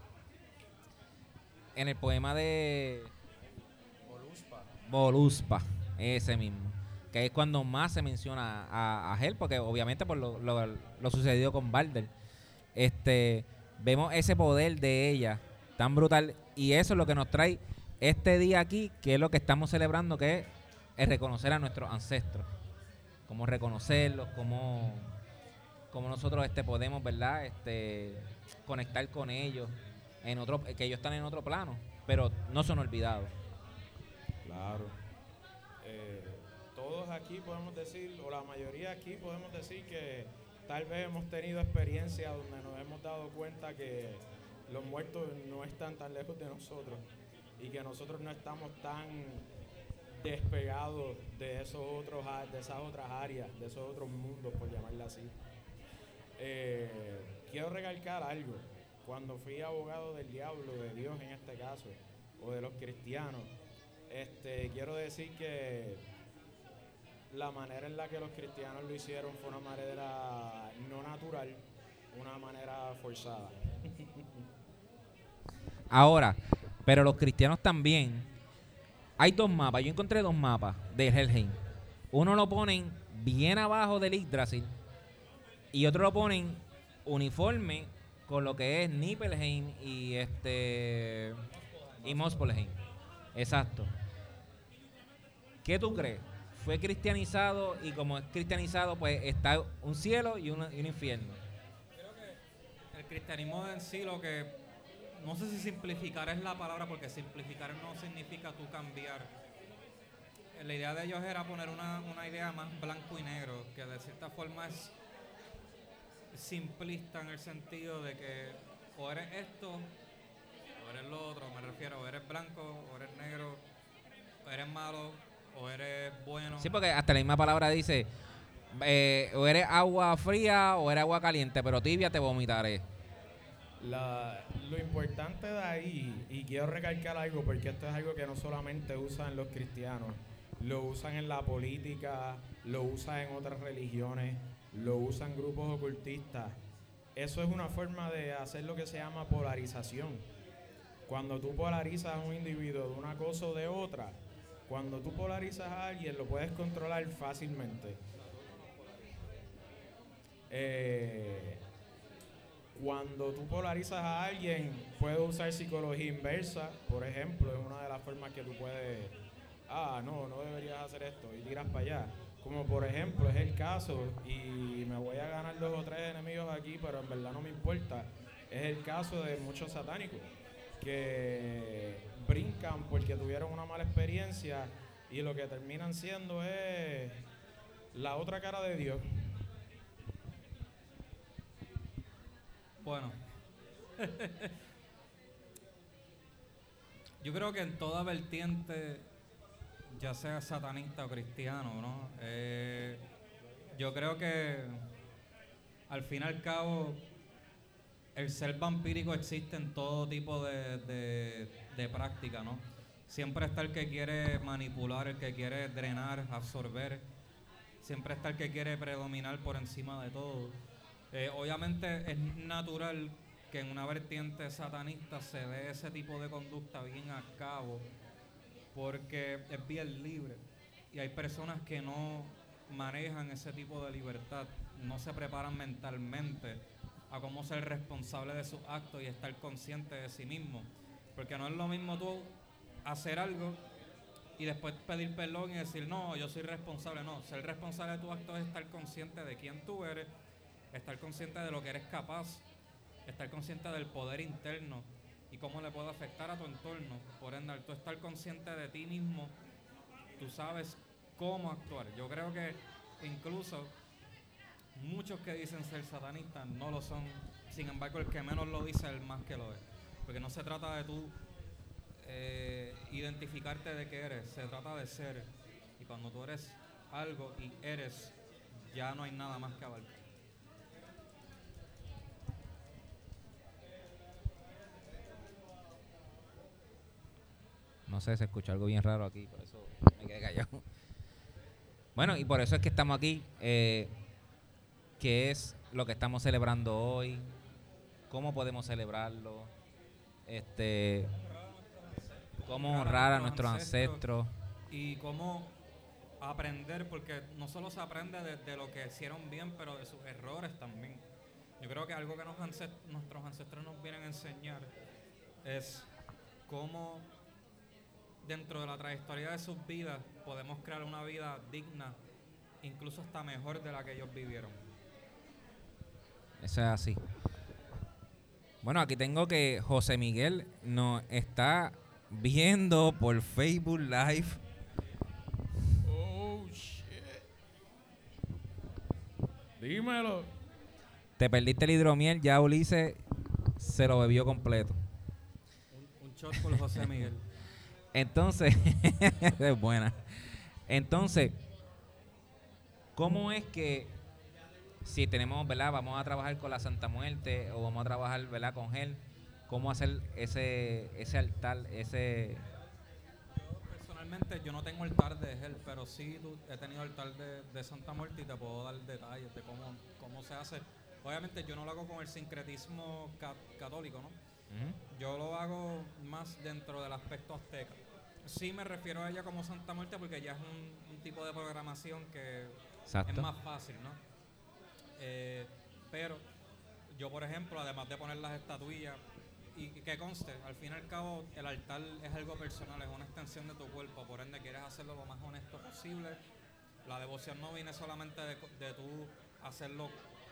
En el poema de Voluspa. Voluspa, ese mismo. Que es cuando más se menciona a, a Hel, porque obviamente por lo, lo, lo sucedido con Balder. Este, vemos ese poder de ella tan brutal. Y eso es lo que nos trae este día aquí, que es lo que estamos celebrando, que es el reconocer a nuestros ancestros. Cómo reconocerlos, cómo, cómo nosotros este, podemos, ¿verdad? Este, conectar con ellos, en otro, que ellos están en otro plano, pero no son olvidados. Claro. Eh, todos aquí podemos decir, o la mayoría aquí podemos decir que tal vez hemos tenido experiencias donde nos hemos dado cuenta que los muertos no están tan lejos de nosotros y que nosotros no estamos tan despegados de esos otros a- de esas otras áreas, de esos otros mundos, por llamarla así. Eh, quiero recalcar algo. Cuando fui abogado del diablo, de Dios en este caso, o de los cristianos, este, quiero decir que la manera en la que los cristianos lo hicieron fue una manera no natural, una manera forzada. Ahora, pero los cristianos también. Hay dos mapas. Yo encontré dos mapas de Helheim. Uno lo ponen bien abajo del Yggdrasil y otro lo ponen uniforme con lo que es Niflheim y este y Muspelheim. Exacto. ¿Qué tú crees? Fue cristianizado y como es cristianizado, pues está un cielo y un, y un infierno. El cristianismo en sí lo que, no sé si simplificar es la palabra, porque simplificar no significa tú cambiar. La idea de ellos era poner una, una idea más blanco y negro, que de cierta forma es simplista en el sentido de que o eres esto o eres lo otro, me refiero, o eres blanco o eres negro, o eres malo o eres bueno. Sí, porque hasta la misma palabra dice, eh, o eres agua fría o eres agua caliente, pero tibia te vomitaré. La, lo importante de ahí, y quiero recalcar algo porque esto es algo que no solamente usan los cristianos, lo usan en la política, lo usan en otras religiones, lo usan grupos ocultistas. Eso es una forma de hacer lo que se llama polarización. Cuando tú polarizas a un individuo de una cosa o de otra, cuando tú polarizas a alguien lo puedes controlar fácilmente. Eh, Cuando tú polarizas a alguien, puedes usar psicología inversa, por ejemplo, es una de las formas que tú puedes, ah, no, no deberías hacer esto, y tiras para allá. Como por ejemplo, es el caso, y me voy a ganar dos o tres enemigos aquí, pero en verdad no me importa, es el caso de muchos satánicos, que brincan porque tuvieron una mala experiencia, y lo que terminan siendo es la otra cara de Dios. Bueno, yo creo que en toda vertiente, ya sea satanista o cristiano, ¿no? Eh, yo creo que al fin y al cabo el ser vampírico existe en todo tipo de, de, de práctica, ¿no? Siempre está el que quiere manipular, el que quiere drenar, absorber. Siempre está el que quiere predominar por encima de todo. Eh, obviamente es natural que en una vertiente satanista se dé ese tipo de conducta bien a cabo, porque es bien libre. Y hay personas que no manejan ese tipo de libertad, no se preparan mentalmente a cómo ser responsable de sus actos y estar consciente de sí mismo. Porque no es lo mismo tú hacer algo y después pedir perdón y decir, no, yo soy responsable. No, ser responsable de tu acto es estar consciente de quién tú eres, estar consciente de lo que eres capaz, estar consciente del poder interno y cómo le puede afectar a tu entorno. Por ende, al tú estar consciente de ti mismo, tú sabes cómo actuar. Yo creo que incluso muchos que dicen ser satanistas no lo son. Sin embargo, el que menos lo dice es el más que lo es. Porque no se trata de tú eh, identificarte de qué eres, se trata de ser. Y cuando tú eres algo y eres, ya no hay nada más que abarcar. No sé, se escuchó algo bien raro aquí, por eso me quedé callado. Bueno, y por eso es que estamos aquí. Eh, ¿Qué es lo que estamos celebrando hoy? ¿Cómo podemos celebrarlo? Este, ¿Cómo honrar a nuestros ancestros? Y cómo aprender, porque no solo se aprende de, de lo que hicieron bien, pero de sus errores también. Yo creo que algo que nos ancest- nuestros ancestros nos vienen a enseñar es cómo dentro de la trayectoria de sus vidas podemos crear una vida digna, incluso hasta mejor de la que ellos vivieron. Eso es así. Bueno, aquí tengo que José Miguel nos está viendo por Facebook Live. Oh, shit. Dímelo. Te perdiste el hidromiel, ya Ulises se lo bebió completo. Un, un shot por José Miguel. Entonces, es buena. Entonces, ¿cómo es que si tenemos, ¿verdad? Vamos a trabajar con la Santa Muerte o vamos a trabajar, ¿verdad? Con él, ¿cómo hacer ese ese altar, ese? Yo personalmente yo no tengo altar de él, pero sí tu- he tenido altar de, de Santa Muerte y te puedo dar detalles de cómo, cómo se hace. Obviamente yo no lo hago con el sincretismo ca- católico, ¿no? Ujú. Yo lo hago más dentro del aspecto azteca. Sí me refiero a ella como Santa Muerte porque ya es un, un tipo de programación que Exacto. es más fácil, ¿no? Eh, pero yo, por ejemplo, además de poner las estatuillas, y que conste, al fin y al cabo, el altar es algo personal, es una extensión de tu cuerpo, por ende quieres hacerlo lo más honesto posible. La devoción no viene solamente de, de tú hacerlo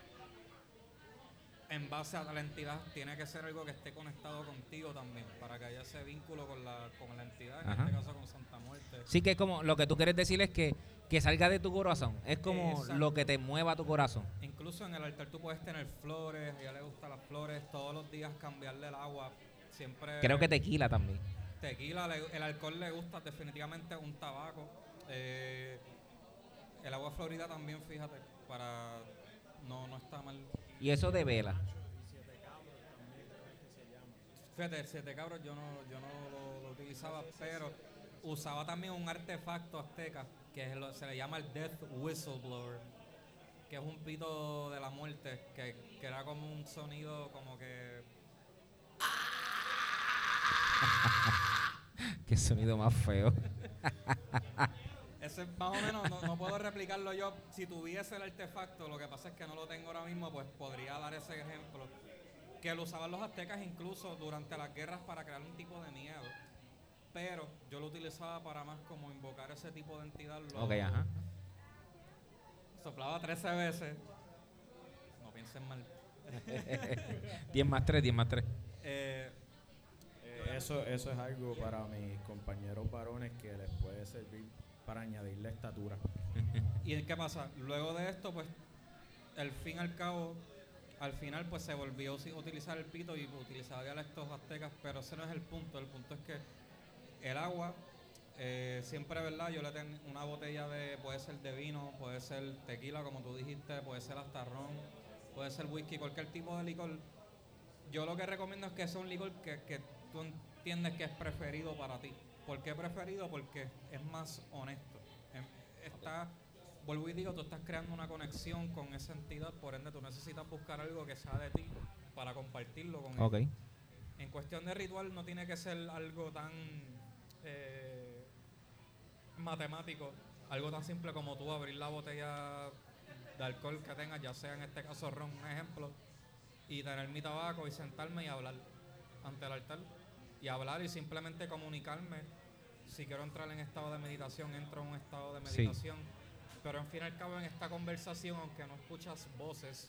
en base a la entidad, tiene que ser algo que esté conectado contigo también, para que haya ese vínculo con la, con la entidad, en Ajá. este caso con Santa Muerte. Sí, que es como lo que tú quieres decir es que, que salga de tu corazón. Es como Exacto. lo que te mueva tu corazón. Incluso en el altar tú puedes tener flores, a ella le gustan las flores, todos los días cambiarle el agua, siempre... Creo que tequila también. Tequila, le- el alcohol le gusta definitivamente un tabaco. Eh, el agua florida también, fíjate, para... No, no está mal. Y eso de vela. Fíjate, el siete cabros yo no, yo no lo, lo utilizaba, pero usaba también un artefacto azteca que es lo- se le llama el Death Whistleblower, que es un pito de la muerte, que, que era como un sonido como que... Qué sonido más feo. Ese más o menos, no, no puedo replicarlo yo. Si tuviese el artefacto, lo que pasa es que no lo tengo ahora mismo, pues podría dar ese ejemplo. Que lo usaban los aztecas incluso durante las guerras para crear un tipo de miedo. Pero yo lo utilizaba para más como invocar ese tipo de entidad. Lo Ok, ajá. soplaba trece veces. No piensen mal. diez más tres, diez más tres. Eh, Eh, eso, eso es algo para mis compañeros varones que les puede servir para añadirle estatura. ¿Y qué pasa? Luego de esto, pues, al fin y al cabo, al final, pues se volvió a utilizar el pito y utilizaba dialectos aztecas, pero ese no es el punto. El punto es que el agua, eh, siempre, ¿verdad? Yo le tengo una botella de, puede ser de vino, puede ser tequila, como tú dijiste, puede ser hasta ron, puede ser whisky, cualquier tipo de licor. Yo lo que recomiendo es que sea un licor que, que tú entiendes que es preferido para ti. ¿Por qué preferido? Porque es más honesto. Em, Está, vuelvo y digo, tú estás creando una conexión con esa entidad, por ende tú necesitas buscar algo que sea de ti para compartirlo con Ok. ellos. En cuestión de ritual no tiene que ser algo tan eh, matemático, algo tan simple como tú abrir la botella de alcohol que tengas, ya sea en este caso ron, un ejemplo, y tener mi tabaco y sentarme y hablar ante el altar y hablar y simplemente comunicarme. Si quiero entrar en estado de meditación, entro en un estado de Sí. meditación, pero al fin y al cabo en esta conversación, aunque no escuchas voces,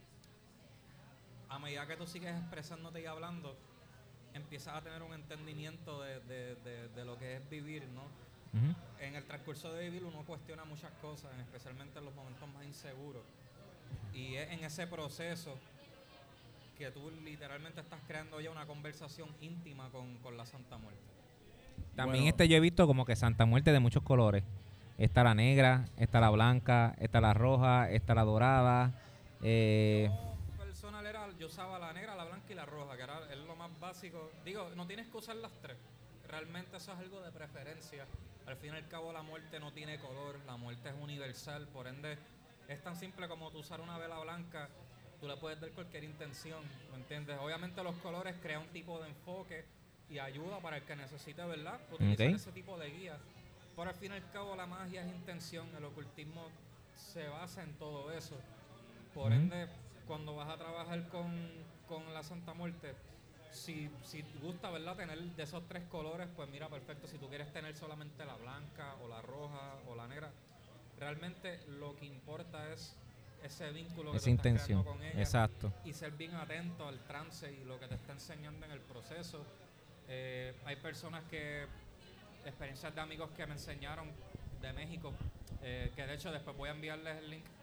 a medida que tú sigues expresándote y hablando, empiezas a tener un entendimiento de, de, de, de lo que es vivir, ¿no? Ujú. En el transcurso de vivir uno cuestiona muchas cosas, especialmente en los momentos más inseguros. Y es en ese proceso que tú literalmente estás creando ya una conversación íntima con, con la Santa Muerte. También Bueno. este yo he visto como que Santa Muerte de muchos colores. Está la negra, está la blanca, está la roja, está la dorada. Eh, Yo personal era, yo usaba la negra, la blanca y la roja, que era es lo más básico. Digo, no tienes que usar las tres. Realmente eso es algo de preferencia. Al fin y al cabo la muerte no tiene color, la muerte es universal, por ende es tan simple como tú usar una vela blanca, tú le puedes dar cualquier intención, ¿me entiendes? Obviamente los colores crean un tipo de enfoque y ayuda para el que necesite, ¿verdad? Utilizar Ok. ese tipo de guía. Pero al fin y al cabo la magia es intención, el ocultismo se basa en todo eso. Por Ujú. ende, cuando vas a trabajar con, con la Santa Muerte, si, si te gusta, ¿verdad?, tener de esos tres colores, pues mira, perfecto. Si tú quieres tener solamente la blanca o la roja o la negra, realmente lo que importa es ese vínculo que Esa tú estás intención. creando con ella Exacto. y ser bien atento al trance y lo que te está enseñando en el proceso. Eh, hay personas que, experiencias de amigos que me enseñaron de México, eh, que de hecho después voy a enviarles el link.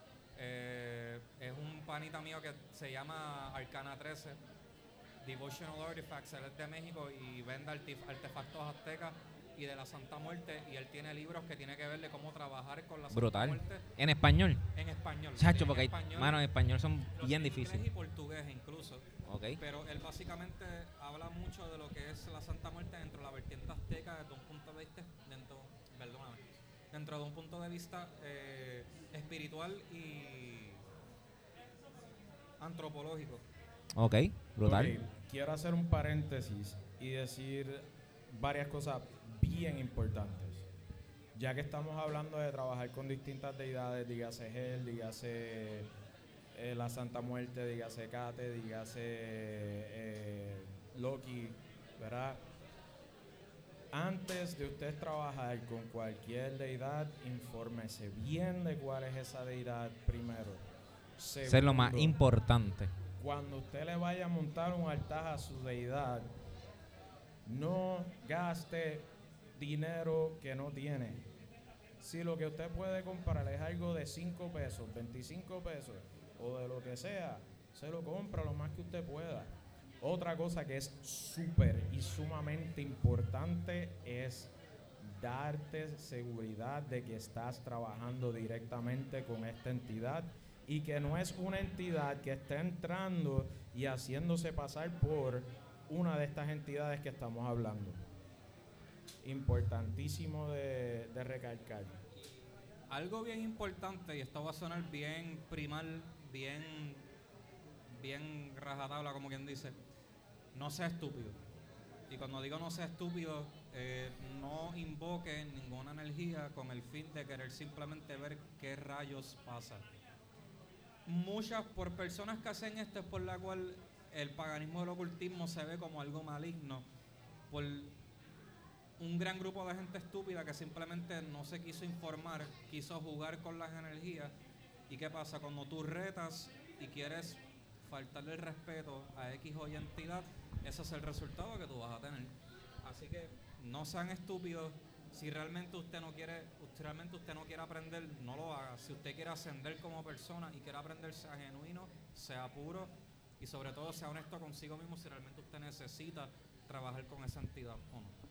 Eh, es un panita mío que se llama Arcana trece, Devotional Artifacts. Él es de México y vende artif- artefactos aztecas y de la Santa Muerte, y él tiene libros que tiene que ver de cómo trabajar con la Santa Brutal. Muerte En español. en español. Chacho, En porque hay, español, mano, en español son los bien en inglés difíciles. y portugués incluso. Ok. Pero él básicamente habla mucho de lo que es la Santa Muerte dentro de la vertiente azteca desde un punto de vista, dentro, perdóname, dentro de un punto de vista eh, espiritual y antropológico. Ok, brutal. Ok, quiero hacer un paréntesis y decir varias cosas bien importantes. Ya que estamos hablando de trabajar con distintas deidades, dígase Hel, dígase eh, la Santa Muerte, dígase Kate, dígase eh, Loki, ¿verdad? Antes de usted trabajar con cualquier deidad, infórmese bien de cuál es esa deidad primero. Eso es lo más Segundo, importante. cuando usted le vaya a montar un altar a su deidad, no gaste dinero que no tiene. Si lo que usted puede comprar es algo de cinco pesos, veinticinco pesos o de lo que sea, se lo compra lo más que usted pueda. Otra cosa que es súper y sumamente importante es darte seguridad de que estás trabajando directamente con esta entidad y que no es una entidad que está entrando y haciéndose pasar por una de estas entidades que estamos hablando. Importantísimo de, de recalcar. Algo bien importante, y esto va a sonar bien primal, bien, bien rajatabla, como quien dice, no sea estúpido. Y cuando digo no sea estúpido, eh, no invoque ninguna energía con el fin de querer simplemente ver qué rayos pasa. Muchas, por personas que hacen esto, es por la cual el paganismo del ocultismo se ve como algo maligno, por un gran grupo de gente estúpida que simplemente no se quiso informar, quiso jugar con las energías. ¿Y qué pasa? Cuando tú retas y quieres faltarle el respeto a X o Y entidad, ese es el resultado que tú vas a tener. Así que no sean estúpidos. Si realmente usted no quiere, usted, realmente usted no quiere aprender, no lo haga. Si usted quiere ascender como persona y quiere aprender, sea genuino, sea puro y sobre todo sea honesto consigo mismo si realmente usted necesita trabajar con esa entidad o no.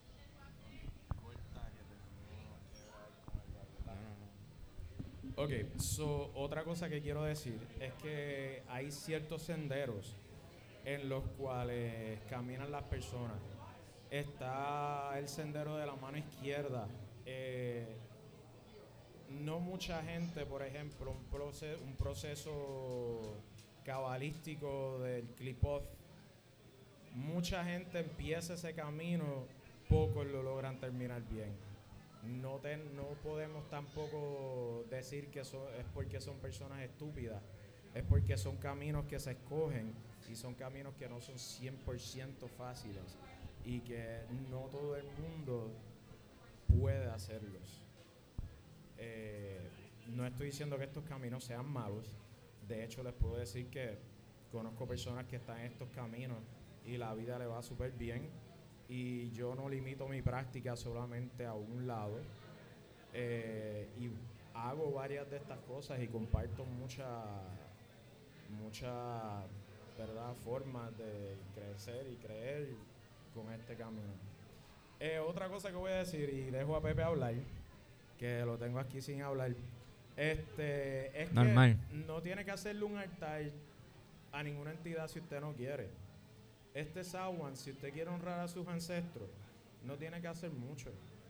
Ok, so, otra cosa que quiero decir es que hay ciertos senderos en los cuales caminan las personas. está el sendero de la mano izquierda. Eh, no mucha gente, por ejemplo, un, proce- un proceso cabalístico del clip-off, mucha gente empieza ese camino, pocos lo logran terminar bien. No, te, no podemos tampoco decir que eso es porque son personas estúpidas, es porque son caminos que se escogen y son caminos que no son cien por ciento fáciles y que no todo el mundo puede hacerlos. Eh, no estoy diciendo que estos caminos sean malos, de hecho les puedo decir que conozco personas que están en estos caminos y la vida le va súper bien y yo no limito mi práctica solamente a un lado, eh, y hago varias de estas cosas y comparto muchas muchas verdad formas de crecer y creer con este camino. Eh, otra cosa que voy a decir y dejo a Pepe hablar, que lo tengo aquí sin hablar, este es Normal. que no tiene que hacerle un altar a ninguna entidad si usted no quiere. Este Samhain, si usted quiere honrar a sus ancestros, no tiene que hacer mucho.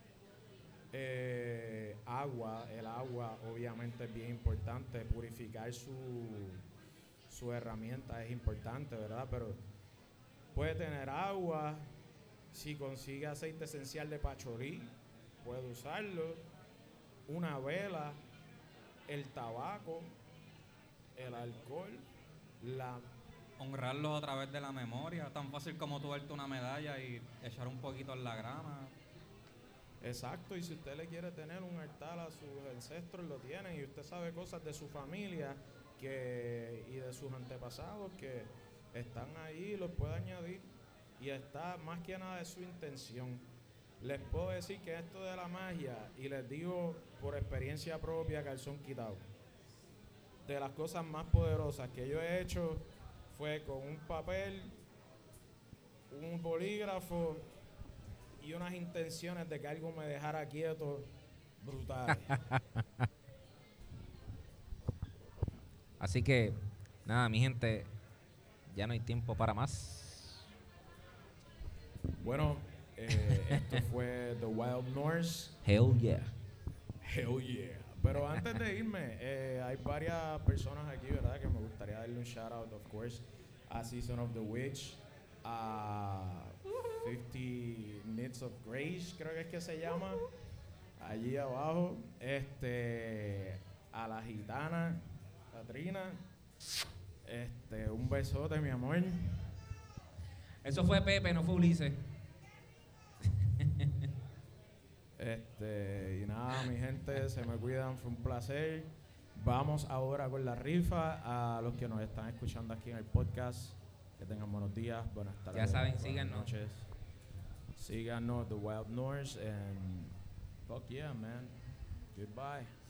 Eh, agua, el agua obviamente es bien importante, purificar su, su herramienta es importante, ¿verdad? Pero puede tener agua, si consigue aceite esencial de pachorrí, puede usarlo, una vela, el tabaco, el alcohol, la... Honrarlos a través de la memoria, tan fácil como tú darte una medalla y echar un poquito en la grama. Exacto, y si usted le quiere tener un altar a sus ancestros, lo tienen, y usted sabe cosas de su familia que y de sus antepasados que están ahí, los puede añadir, y está más que nada de su intención. Les puedo decir que esto de la magia, y les digo por experiencia propia, calzón quitado, de las cosas más poderosas que yo he hecho fue con un papel, un bolígrafo y unas intenciones de que algo me dejara quieto brutales. Así que, nada, mi gente, ya no hay tiempo para más. Bueno, eh, esto fue The Wild Norse. Hell yeah. Hell yeah. Pero antes de irme, eh, hay varias personas aquí, ¿verdad? Que me gustaría darle un shout out, of course, a Season of the Witch, a fifty Nits of Grace, creo que es que se llama, allí abajo, este, a la gitana, Katrina, este, un besote, mi amor. Eso fue Pepe, no fue Ulises. Este, y nada, mi gente, se me cuidan, fue un placer. Vamos ahora con la rifa. A los que nos están escuchando aquí en el podcast, que tengan buenos días, buenas tardes. Ya saben, buenas síganos. noches. Síganos, The Wild Norse, and fuck yeah, man. Goodbye.